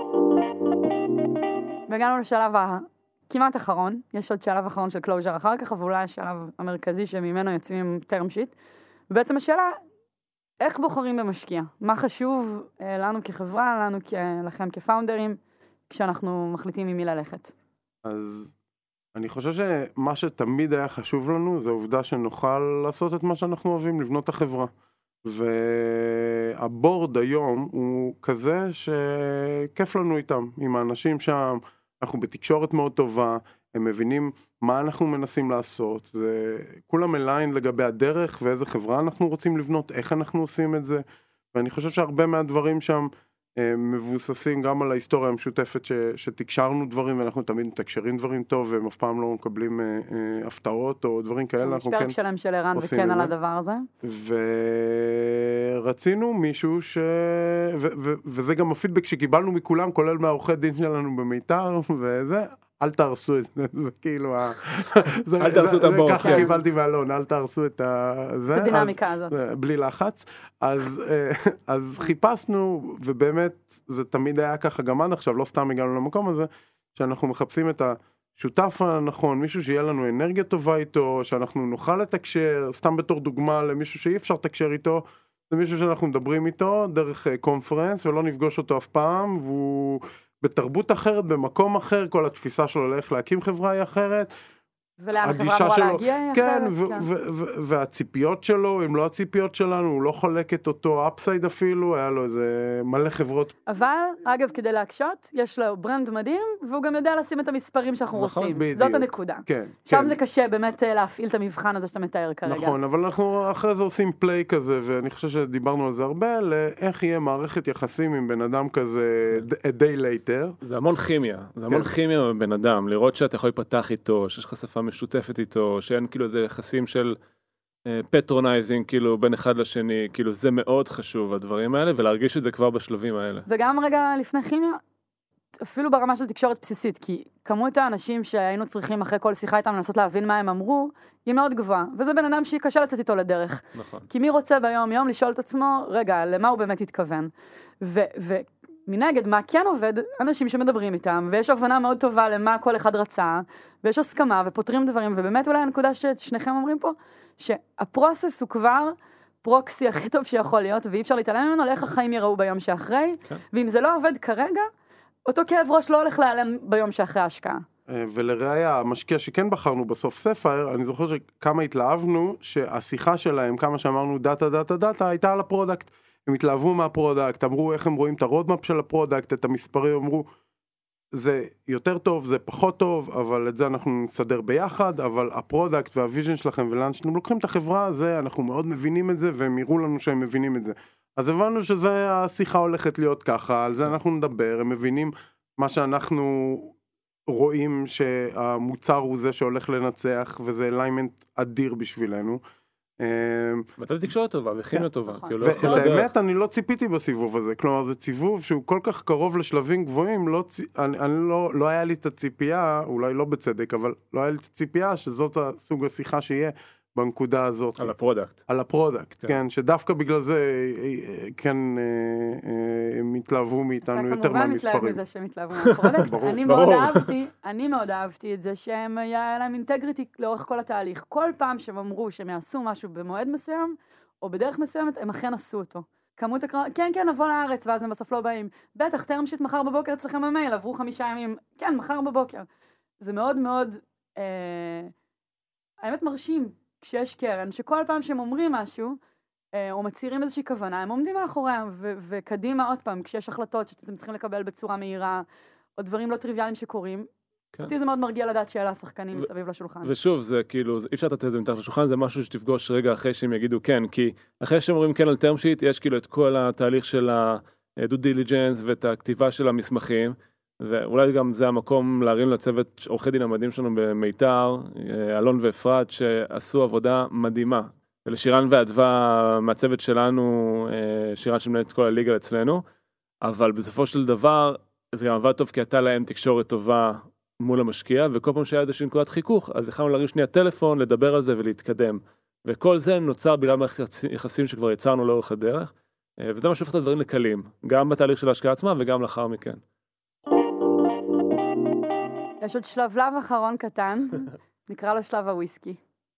והגענו לשלב כמעט אחרון, יש עוד שלב אחרון של קלוז'ר אחר כך, אבל אולי השלב המרכזי שממנו יוצאים עם טרם שיט. ובעצם השאלה, איך בוחרים במשקיע? מה חשוב לנו כחברה, לכם כפאונדרים, כשאנחנו מחליטים עם מי ללכת? אז אני חושב שמה שתמיד היה חשוב לנו, זה העובדה שנוכל לעשות את מה שאנחנו אוהבים, לבנות את החברה. והבורד היום הוא כזה שכיף לנו איתם, עם האנשים שם, אנחנו בתקשורת מאוד טובה, הם מבינים מה אנחנו מנסים לעשות, זה כולם אליין לגבי הדרך ואיזה חברה אנחנו רוצים לבנות, איך אנחנו עושים את זה, ואני חושב שהרבה מהדברים שם מבוססים גם על ההיסטוריה המשותפת שתקשרנו דברים, ואנחנו תמיד מתקשרים דברים טוב, והם אף פעם לא מקבלים הפתעות או דברים כאלה. יש פרק שלם של ערן וכן על הדבר הזה. ורצינו מישהו וזה גם הפידבק שקיבלנו מכולם, כולל מהעורכי דין שלנו במיתר, וזה, אל תהרסו את זה, זה כאילו אל תהרסו את הבור. ככה קיבלתי מאלון, אל תהרסו את הדינמיקה הזאת. בלי לחץ. אז חיפשנו, ובאמת זה תמיד היה ככה גם עד עכשיו, לא סתם הגענו למקום הזה, שאנחנו מחפשים את השותף הנכון, מישהו שיהיה לנו אנרגיה טובה איתו, שאנחנו נוכל לתקשר, סתם בתור דוגמה למישהו שאי אפשר לתקשר איתו, זה מישהו שאנחנו מדברים איתו דרך קונפרנס, ולא נפגוש אותו אף פעם, והוא בתרבות אחרת, במקום אחר, כל התפיסה שלו הולך להקים חברה היא אחרת. ולאן החברה אמורה להגיע היא כן, אחרת. והציפיות שלו, אם לא הציפיות שלנו, הוא לא חולק את אותו אפסייד אפילו, היה לו איזה מלא חברות. אבל, אגב, כדי להקשות, יש לו ברנד מדהים, והוא גם יודע לשים את המספרים שאנחנו רוצים. בדיוק. זאת הנקודה. כן. שם זה קשה באמת להפעיל את המבחן הזה שאתה מתאר כרגע. נכון, אבל אנחנו אחרי זה עושים פליי כזה, ואני חושב שדיברנו על זה הרבה, לאיך יהיה מערכת יחסים עם בן אדם כזה a day later. זה המון כימיה, זה המון כימיה בבן אדם, לראות שאתה יכול לפתח איתו, שיש לך שפה משותפת איתו, שאין כאילו איזה יחסים של פטרונייזינג כאילו בין אחד לשני, כאילו זה מאוד חשוב הדברים האלה, ולהרגיש את זה כבר בשלבים האלה. וגם רגע לפני כימיה, אפילו ברמה של תקשורת בסיסית, כי כמות האנשים שהיינו צריכים אחרי כל שיחה איתם לנסות להבין מה הם אמרו, היא מאוד גבוהה, וזה בן אדם שקשה לצאת איתו לדרך. נכון. כי מי רוצה ביום יום לשאול את עצמו, רגע, למה הוא באמת התכוון? מנגד, מה כן עובד? אנשים שמדברים איתם, ויש הבנה מאוד טובה למה כל אחד רצה, ויש הסכמה, ופותרים דברים, ובאמת אולי הנקודה ששניכם אומרים פה, שהפרוסס הוא כבר הפרוקסי הכי טוב שיכול להיות, ואי אפשר להתעלם ממנו לאיך החיים יראו ביום שאחרי, ואם זה לא עובד כרגע, אותו כאב ראש לא הולך להיעלם ביום שאחרי ההשקעה. ולראיה, המשקיע שכן בחרנו בסוף ספר, אני זוכר שכמה התלהבנו, שהשיחה שלהם, כמה שאמרנו דאטה, הייתה על הפרודקט. הם התלהבו מהפרודקט, אמרו איך הם רואים את הרודמפ של הפרודקט, את המספרים, אמרו, זה יותר טוב, זה פחות טוב, אבל את זה אנחנו נסדר ביחד, אבל הפרודקט והוויז'ן שלכם ולאן שאתם לוקחים את החברה, זה, אנחנו מאוד מבינים את זה, והם יראו לנו שהם מבינים את זה. אז הבנו שזה השיחה הולכת להיות ככה, על זה אנחנו נדבר, הם מבינים מה שאנחנו רואים שהמוצר הוא זה שהולך לנצח, וזה אליימנט אדיר בשבילנו. ואתה תקשורת טובה וכימיה טובה. ואת האמת אני לא ציפיתי בסיבוב הזה, כלומר זה סיבוב שהוא כל כך קרוב לשלבים גבוהים, לא היה לי את הציפייה, אולי לא בצדק, אבל לא היה לי את הציפייה שזאת הסוג השיחה שיהיה בנקודה הזאת. על הפרודקט, כן, שדודווקא בגלל זה כן הם התלהבו מאיתנו יותר מהמספרים. אתה כמובן מתלהב מזה שהם התלהבו מהפרודקט. אני מאוד אהבתי את זה שהם היה להם אינטגריטי לאורך כל התהליך. כל פעם שהם אמרו שהם יעשו משהו במועד מסוים, או בדרך מסוימת, הם אכן עשו אותו. כמות כן, נבוא לארץ, ואז הם בסוף לא באים. בטח, term sheet מחר בבוקר אצלכם במייל, עברו 5 ימים, כן, מחר בבוקר. זה מאוד מאוד, האמת מרשים. כשיש קרן, שכל פעם שהם אומרים משהו, או מצהירים איזושהי כוונה, הם עומדים מאחוריה, וקדימה עוד פעם, כשיש החלטות שאתם צריכים לקבל בצורה מהירה, או דברים לא טריוויאליים שקורים, אותי זה מאוד מרגיע לדעת שאלה השחקנים מסביב לשולחן. ושוב, זה כאילו, אי אפשר לתת את זה מתחת לשולחן, זה משהו שתפגוש רגע אחרי שהם יגידו כן, כי אחרי שהם אומרים כן על term sheet, יש כאילו את כל התהליך של ה-due diligence ואת הכתיבה של המסמכים, ואולי גם זה המקום להרים לצוות עורכי דין המדהים שלנו במיתר, אלון ואפרת, שעשו עבודה מדהימה. ולשירן ואדווה מהצוות שלנו, שירן שמנהל את כל הליגה אצלנו, אבל בסופו של דבר, זה גם עבד טוב כי הייתה להם תקשורת טובה מול המשקיע, וכל פעם שהיה איזושהי נקודת חיכוך, אז יכולנו להרים שנייה טלפון, לדבר על זה ולהתקדם. וכל זה נוצר בגלל יחסים שכבר יצרנו לאורך הדרך, וזה מה שהופך את הדברים לקלים, גם בתהליך של ההשקעה עצמה וגם לאחר מכן. יש עוד שלב אחרון קטן, נקרא לו שלב הוויסקי.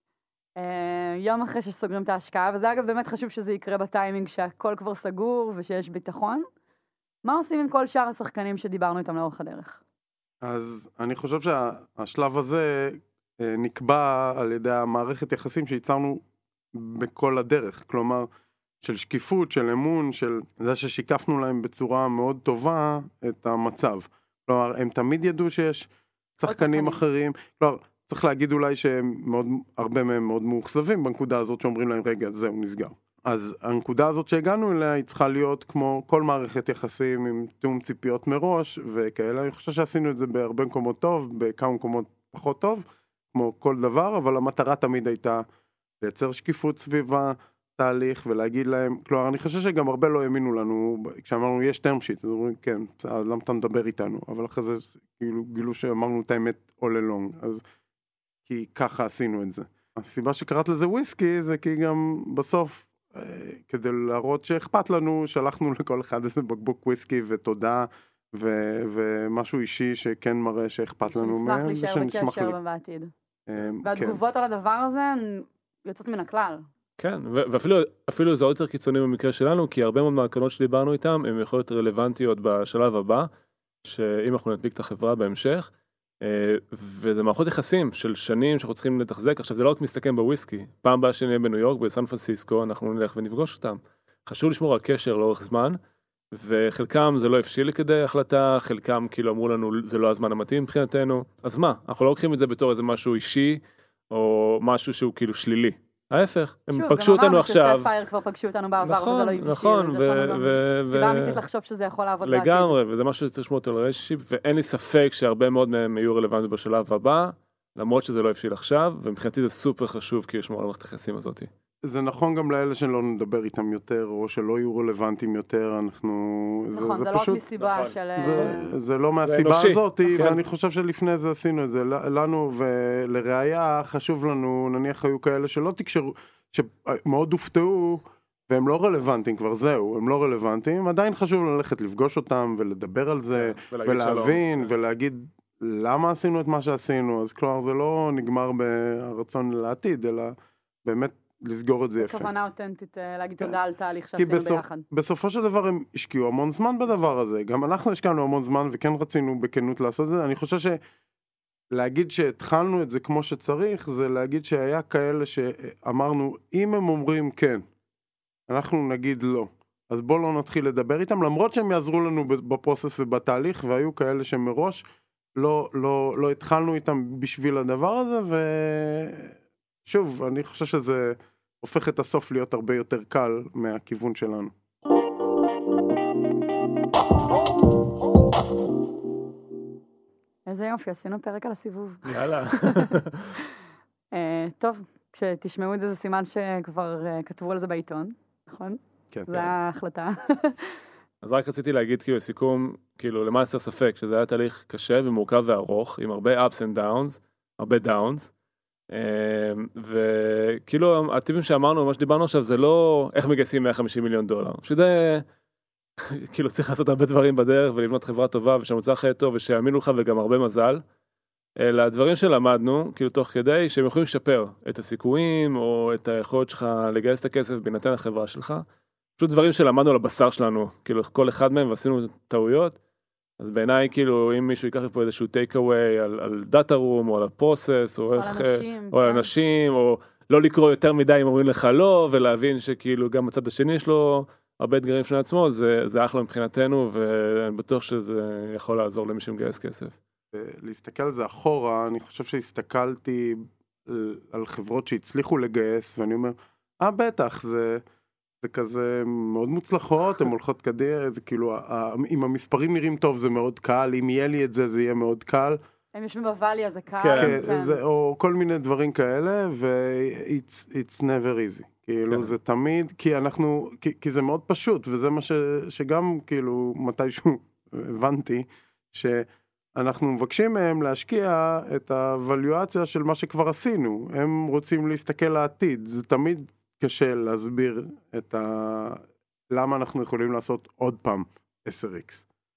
יום אחרי שסוגרים את ההשקעה, וזה אגב באמת חשוב שזה יקרה בטיימינג שהכל כבר סגור ושיש ביטחון. מה עושים עם כל שאר השחקנים שדיברנו איתם לאורך הדרך? אז אני חושב שהשלב הזה נקבע על ידי המערכת יחסים שייצרנו בכל הדרך, כלומר של שקיפות, של אמון, של זה ששיקפנו להם בצורה מאוד טובה את המצב. כלומר, הם תמיד ידעו שיש שחקנים אחרים, כלומר, צריך להגיד אולי שהרבה מהם מאוד מאוכזבים בנקודה הזאת שאומרים להם, רגע, זהו, נסגר. אז הנקודה הזאת שהגענו אליה היא צריכה להיות כמו כל מערכת יחסים עם תאום ציפיות מראש וכאלה. אני חושב שעשינו את זה בהרבה מקומות טוב, בכמה מקומות פחות טוב, כמו כל דבר, אבל המטרה תמיד הייתה לייצר שקיפות סביב התהליך ולהגיד להם, כלומר, אני חושב שגם הרבה לא האמינו לנו, כשאמרנו יש term sheet, אז אומרים, כן, למה אתה מדבר איתנו? אבל אחרי זה גילו שאמרנו את האמת all along, אז כי ככה עשינו את זה. הסיבה שקראת לזה וויסקי זה כי גם בסוף, כדי להראות שאכפת לנו, שלחנו לכל אחד איזה בקבוק וויסקי ותודה, ומשהו אישי שכן מראה שאכפת לנו מהם. שנשמח להישאר בקשר בעתיד. והתגובות על הדבר הזה יוצאות מן הכלל. כן, ואפילו זה עוד יותר קיצוני במקרה שלנו, כי הרבה מאוד מהקרנות שדיברנו איתם, הן יכולות להיות רלוונטיות בשלב הבא, שאם אנחנו נדליק את החברה בהמשך, וזה מערכות יחסים של שנים שאנחנו צריכים לתחזק. עכשיו זה לא רק מסתכם בוויסקי, פעם הבאה שנהיה בניו יורק, בסן פרנסיסקו, אנחנו נלך ונפגוש אותם. חשוב לשמור על קשר לאורך זמן, וחלקם זה לא הבשיל לכדי החלטה, חלקם כאילו אמרו לנו זה לא הזמן המתאים מבחינתנו, אז מה? אנחנו לא לוקחים את זה בתור איזה משהו אישי, או משהו שהוא כאילו שלילי. ההפך, הם פגשו אותנו עכשיו. שוב, גם אמרנו שספייר כבר פגשו אותנו בעבר, וזה לא הבשיל. נכון, סיבה אמיתית לחשוב שזה יכול לעבוד בעתיד. לגמרי, וזה משהו שצריך לשמור אותו לרשיפ, ואין לי ספק שהרבה מאוד מהם יהיו רלוונטיים בשלב הבא, למרות שזה לא הבשיל עכשיו, ומבחינתי זה סופר חשוב כי לשמור על מערכת היחסים הזאת. זה נכון גם לאלה שלא נדבר איתם יותר, או שלא יהיו רלוונטיים יותר, אנחנו... נכון, זה לא רק מסיבה של... זה לא מהסיבה הזאת, ואני חושב שלפני זה עשינו את זה. לנו ולראיה חשוב לנו, נניח היו כאלה שלא תקשרו, שמאוד הופתעו, והם לא רלוונטיים כבר, זהו, הם לא רלוונטיים, עדיין חשוב ללכת לפגוש אותם, ולדבר על זה, ולהבין, ולהגיד למה עשינו את מה שעשינו, אז כלומר זה לא נגמר ברצון לעתיד, אלא באמת לסגור את זה יפה. כוונה אותנטית להגיד תודה על תהליך שעשינו ביחד. בסופו של דבר הם השקיעו המון זמן בדבר הזה, גם אנחנו השקענו המון זמן וכן רצינו בכנות לעשות את זה, אני חושב להגיד שהתחלנו את זה כמו שצריך, זה להגיד שהיה כאלה שאמרנו, אם הם אומרים כן, אנחנו נגיד לא. אז בואו לא נתחיל לדבר איתם, למרות שהם יעזרו לנו בפרוסס ובתהליך, והיו כאלה שמראש לא התחלנו איתם בשביל הדבר הזה, ושוב, אני חושב שזה הופך את הסוף להיות הרבה יותר קל מהכיוון שלנו. איזה יופי, עשינו פרק על הסיבוב. יאללה. טוב, כשתשמעו את זה, זה סימן שכבר כתבו על זה בעיתון, נכון? כן. זו ההחלטה. אז רק רציתי להגיד כאילו סיכום, כאילו למה הסר ספק, שזה היה תהליך קשה ומורכב וארוך, עם הרבה ups and downs, הרבה downs, וכאילו הטיפים שאמרנו, מה שדיברנו עכשיו, זה לא איך מגייסים $150 מיליון, שזה כאילו צריך לעשות הרבה דברים בדרך ולבנות חברה טובה ושהמוצר חיי טוב ושיאמינו לך וגם הרבה מזל, אלא הדברים שלמדנו, כאילו תוך כדי שהם יכולים לשפר את הסיכויים או את היכולת שלך לגייס את הכסף בינתן החברה שלך, פשוט דברים שלמדנו על הבשר שלנו, כאילו כל אחד מהם ועשינו טעויות, אז בעיניי כאילו אם מישהו ייקח פה איזשהו take away על data room או על הפרוסס או על אנשים או לא לקרוא יותר מדי אם אומרים לך לא ולהבין שכאילו גם הצד השני יש לו הרבה אתגרים של עצמו, זה אחלה מבחינתנו ואני בטוח שזה יכול לעזור למי שמגייס כסף. להסתכל על זה אחורה, אני חושב שהסתכלתי על חברות שהצליחו לגייס ואני אומר, בטח זה כזה מאוד מוצלחות, הן הולכות קדימה, זה כאילו, אם המספרים נראים טוב זה מאוד קל, אם יהיה לי את זה, זה יהיה מאוד קל. הם יושבים בוואלי, אז זה קל. כן, או כל מיני דברים כאלה, ו-it's never easy. כאילו, זה תמיד, כי זה מאוד פשוט, וזה מה שגם, כאילו, מתישהו הבנתי, שאנחנו מבקשים מהם להשקיע את הוואליואציה של מה שכבר עשינו. הם רוצים להסתכל לעתיד, זה תמיד קשה להסביר למה אנחנו יכולים לעשות עוד פעם 10x.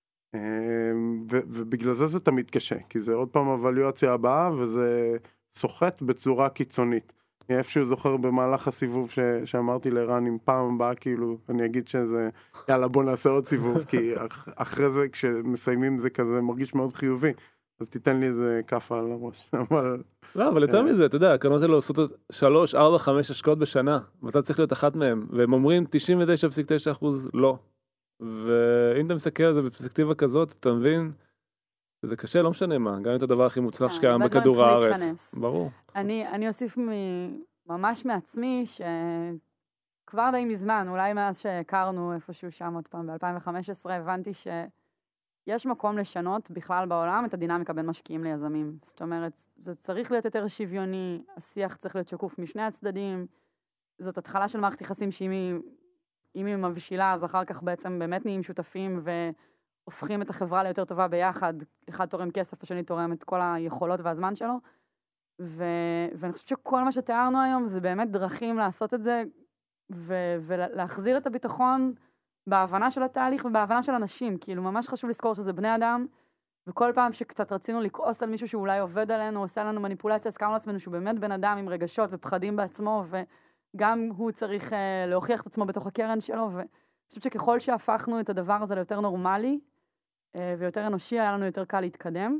ובגלל זה תמיד קשה, כי זה עוד פעם הוואליואציה הבאה, וזה סוחט בצורה קיצונית. אני איפשהו זוכר במהלך הסיבוב שאמרתי לערן, אם פעם הבאה, כאילו, אני אגיד שזה, יאללה בוא נעשה עוד סיבוב, כי אחרי זה, כשמסיימים זה כזה מרגיש מאוד חיובי, אז תיתן לי איזה כפה על הראש, אבל... לא, אבל יותר מזה, אתה יודע, כנראה זה לא עושות 3, 4, 5 השקעות בשנה, ואתה צריך להיות אחת מהם, והם אומרים 99.9% לא. ואם אתה מסתכל על זה בפרספקטיבה כזאת, אתה מבין, זה קשה, לא משנה מה, גם את הדבר הכי מוצלח שקיים בכדור הארץ. ברור. אני אוסיף ממש מעצמי, שכבר די מזמן, אולי מאז שהכרנו איפשהו שם עוד פעם, ב-2015, הבנתי שיש מקום לשנות בכלל בעולם את הדינמיקה בין משקיעים ליזמים. זאת אומרת, זה צריך להיות יותר שוויוני, השיח צריך להיות שקוף משני הצדדים, זאת התחלה של מערכת יחסים שאם היא מבשילה, אז אחר כך בעצם באמת נהיים שותפים והופכים את החברה ליותר טובה ביחד. אחד תורם כסף, השני תורם את כל היכולות והזמן שלו. ואני חושבת שכל מה שתיארנו היום זה באמת דרכים לעשות את זה ולהחזיר את הביטחון בהבנה של התהליך ובהבנה של אנשים. כאילו ממש חשוב לזכור שזה בני אדם, וכל פעם שקצת רצינו לקעוס על מישהו שאולי עובד עלינו, עושה לנו מניפולציה, הזכרנו לעצמנו שהוא באמת בן אדם עם רגשות ופחדים בעצמו, גם הוא צריך להוכיח את עצמו בתוך הקרן שלו, ואני חושבת שככל שהפכנו את הדבר הזה ליותר נורמלי, ויותר אנושי, היה לנו יותר קל להתקדם,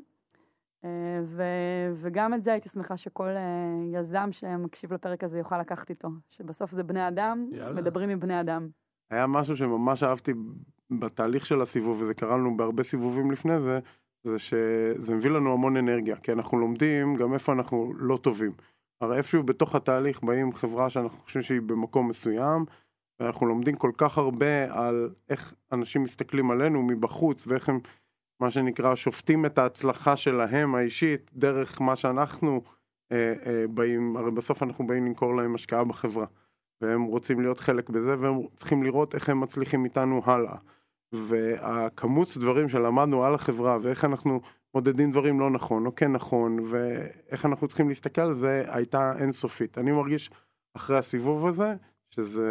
וגם את זה הייתי שמחה שכל יזם שמקשיב לפרק הזה יוכל לקחת איתו, שבסוף זה בני אדם, מדברים עם בני אדם. היה משהו שממש אהבתי בתהליך של הסיבוב, וזה קרה לנו בהרבה סיבובים לפני זה, זה שזה מביא לנו המון אנרגיה, כי אנחנו לומדים גם איפה אנחנו לא טובים. הרי איפשהו בתוך התהליך באים חברה שאנחנו חושבים שהיא במקום מסוים, ואנחנו לומדים כל כך הרבה על איך אנשים מסתכלים עלינו מבחוץ, ואיך הם, מה שנקרא, שופטים את ההצלחה שלהם האישית, דרך מה שאנחנו באים, הרי בסוף אנחנו באים למכור להם השקעה בחברה, והם רוצים להיות חלק בזה, והם צריכים לראות איך הם מצליחים איתנו הלאה. והכמות דברים שלמדנו על החברה, ואיך אנחנו מודדים דברים לא נכון, או כן נכון, ואיך אנחנו צריכים להסתכל על זה, הייתה אינסופית. אני מרגיש אחרי הסיבוב הזה, שזה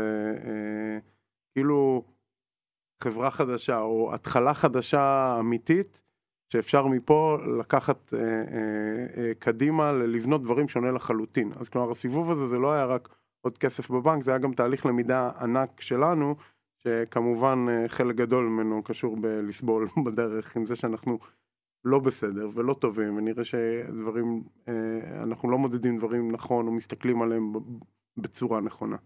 כאילו חברה חדשה, או התחלה חדשה אמיתית, שאפשר מפה לקחת קדימה, לבנות דברים שונה לחלוטין. אז כלומר, הסיבוב הזה זה לא היה רק עוד כסף בבנק, זה היה גם תהליך למידה ענק שלנו, שכמובן חלק גדול ממנו קשור בלסבול בדרך, עם זה שאנחנו לא בסדר ולא טובים, ונראה שדברים, אנחנו לא מודדים דברים נכון, או מסתכלים עליהם בצורה נכונה.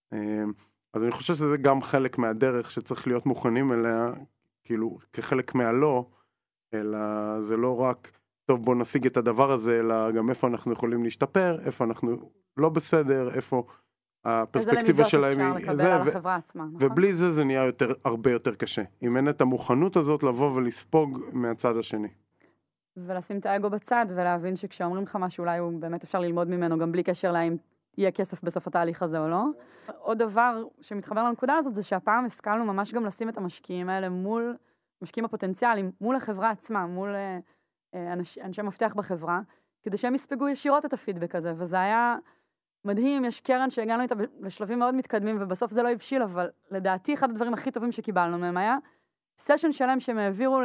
אז אני חושב שזה גם חלק מהדרך שצריך להיות מוכנים אליה, כאילו כחלק מהלא, אלא זה לא רק, טוב בוא נשיג את הדבר הזה, אלא גם איפה אנחנו יכולים להשתפר, איפה אנחנו לא בסדר, איפה הפרספקטיבה שלהם איזה למידות אפשר לקבל על החברה עצמה, נכון? ובלי זה נהיה הרבה יותר קשה. אם אין את המוכנות הזאת לבוא ולספוג מהצד השני. ולשים את האגו בצד ולהבין שכשאומרים לך משהו אולי הוא באמת אפשר ללמוד ממנו גם בלי קשר להאם יהיה כסף בסוף התהליך הזה או לא. עוד דבר שמתחבר לנקודה הזאת זה שהפעם השכלנו ממש גם לשים את המשקיעים האלה מול משקיעים הפוטנציאליים, מול החברה עצמה, מול אנשי מפתח בחברה, כדי שהם יספגו ישירות את הפידבק הזה, וזה היה מדהים, יש קרן שהגענו איתה בשלבים מאוד מתקדמים, ובסוף זה לא הבשיל, אבל לדעתי אחד הדברים הכי טובים שקיבלנו מהם היה סשן שלם שהם העבירו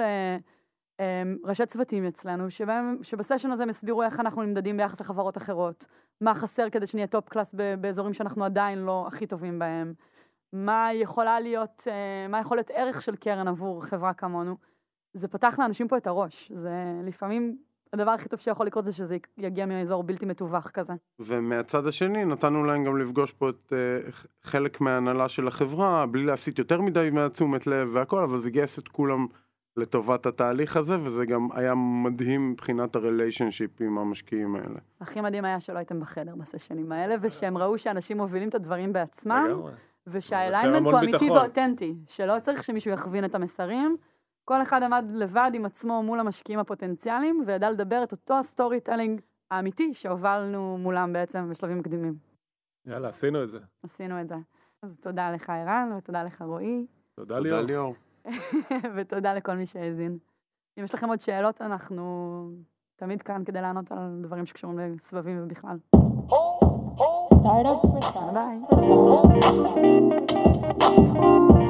ראשי צוותים אצלנו, שבסשן הזה הם הסבירו איך אנחנו נמדדים ביחס לחברות אחרות, מה חסר כדי שנהיה טופ קלאס באזורים שאנחנו עדיין לא הכי טובים בהם, מה יכול להיות ערך של קרן עבור חברה כמונו. זה פתח לאנשים פה את הראש, זה לפעמים הדבר הכי טוב שיכול לקרות זה שזה יגיע מאזור בלתי מטווח כזה. ומהצד השני נתנו להם גם לפגוש פה את חלק מההנהלה של החברה, בלי להסיט יותר מדי מהתשומת לב והכל, אבל זה גייס את כולם לטובת התהליך הזה, וזה גם היה מדהים מבחינת הריליישנשיפ עם המשקיעים האלה. הכי מדהים היה שלא הייתם בחדר בסשנים האלה, ושהם ראו שאנשים מובילים את הדברים בעצמם, ושהאליימנט הוא אמיתי ואותנטי, שלא צריך שמישהו יכווין את המסרים, כל אחד עמד לבד עם עצמו מול המשקיעים הפוטנציאליים, וידע לדבר את אותו הסטורי טלינג האמיתי שהובלנו מולם בעצם בשלבים מקדימים. יאללה, עשינו את זה. עשינו את זה. אז תודה לך ערן, ותודה לך רועי. תודה ליאור. ותודה לכל מי שהאזין. אם יש לכם עוד שאלות, אנחנו תמיד כאן כדי לענות על דברים שקשורים לסבבים ובכלל. ביי.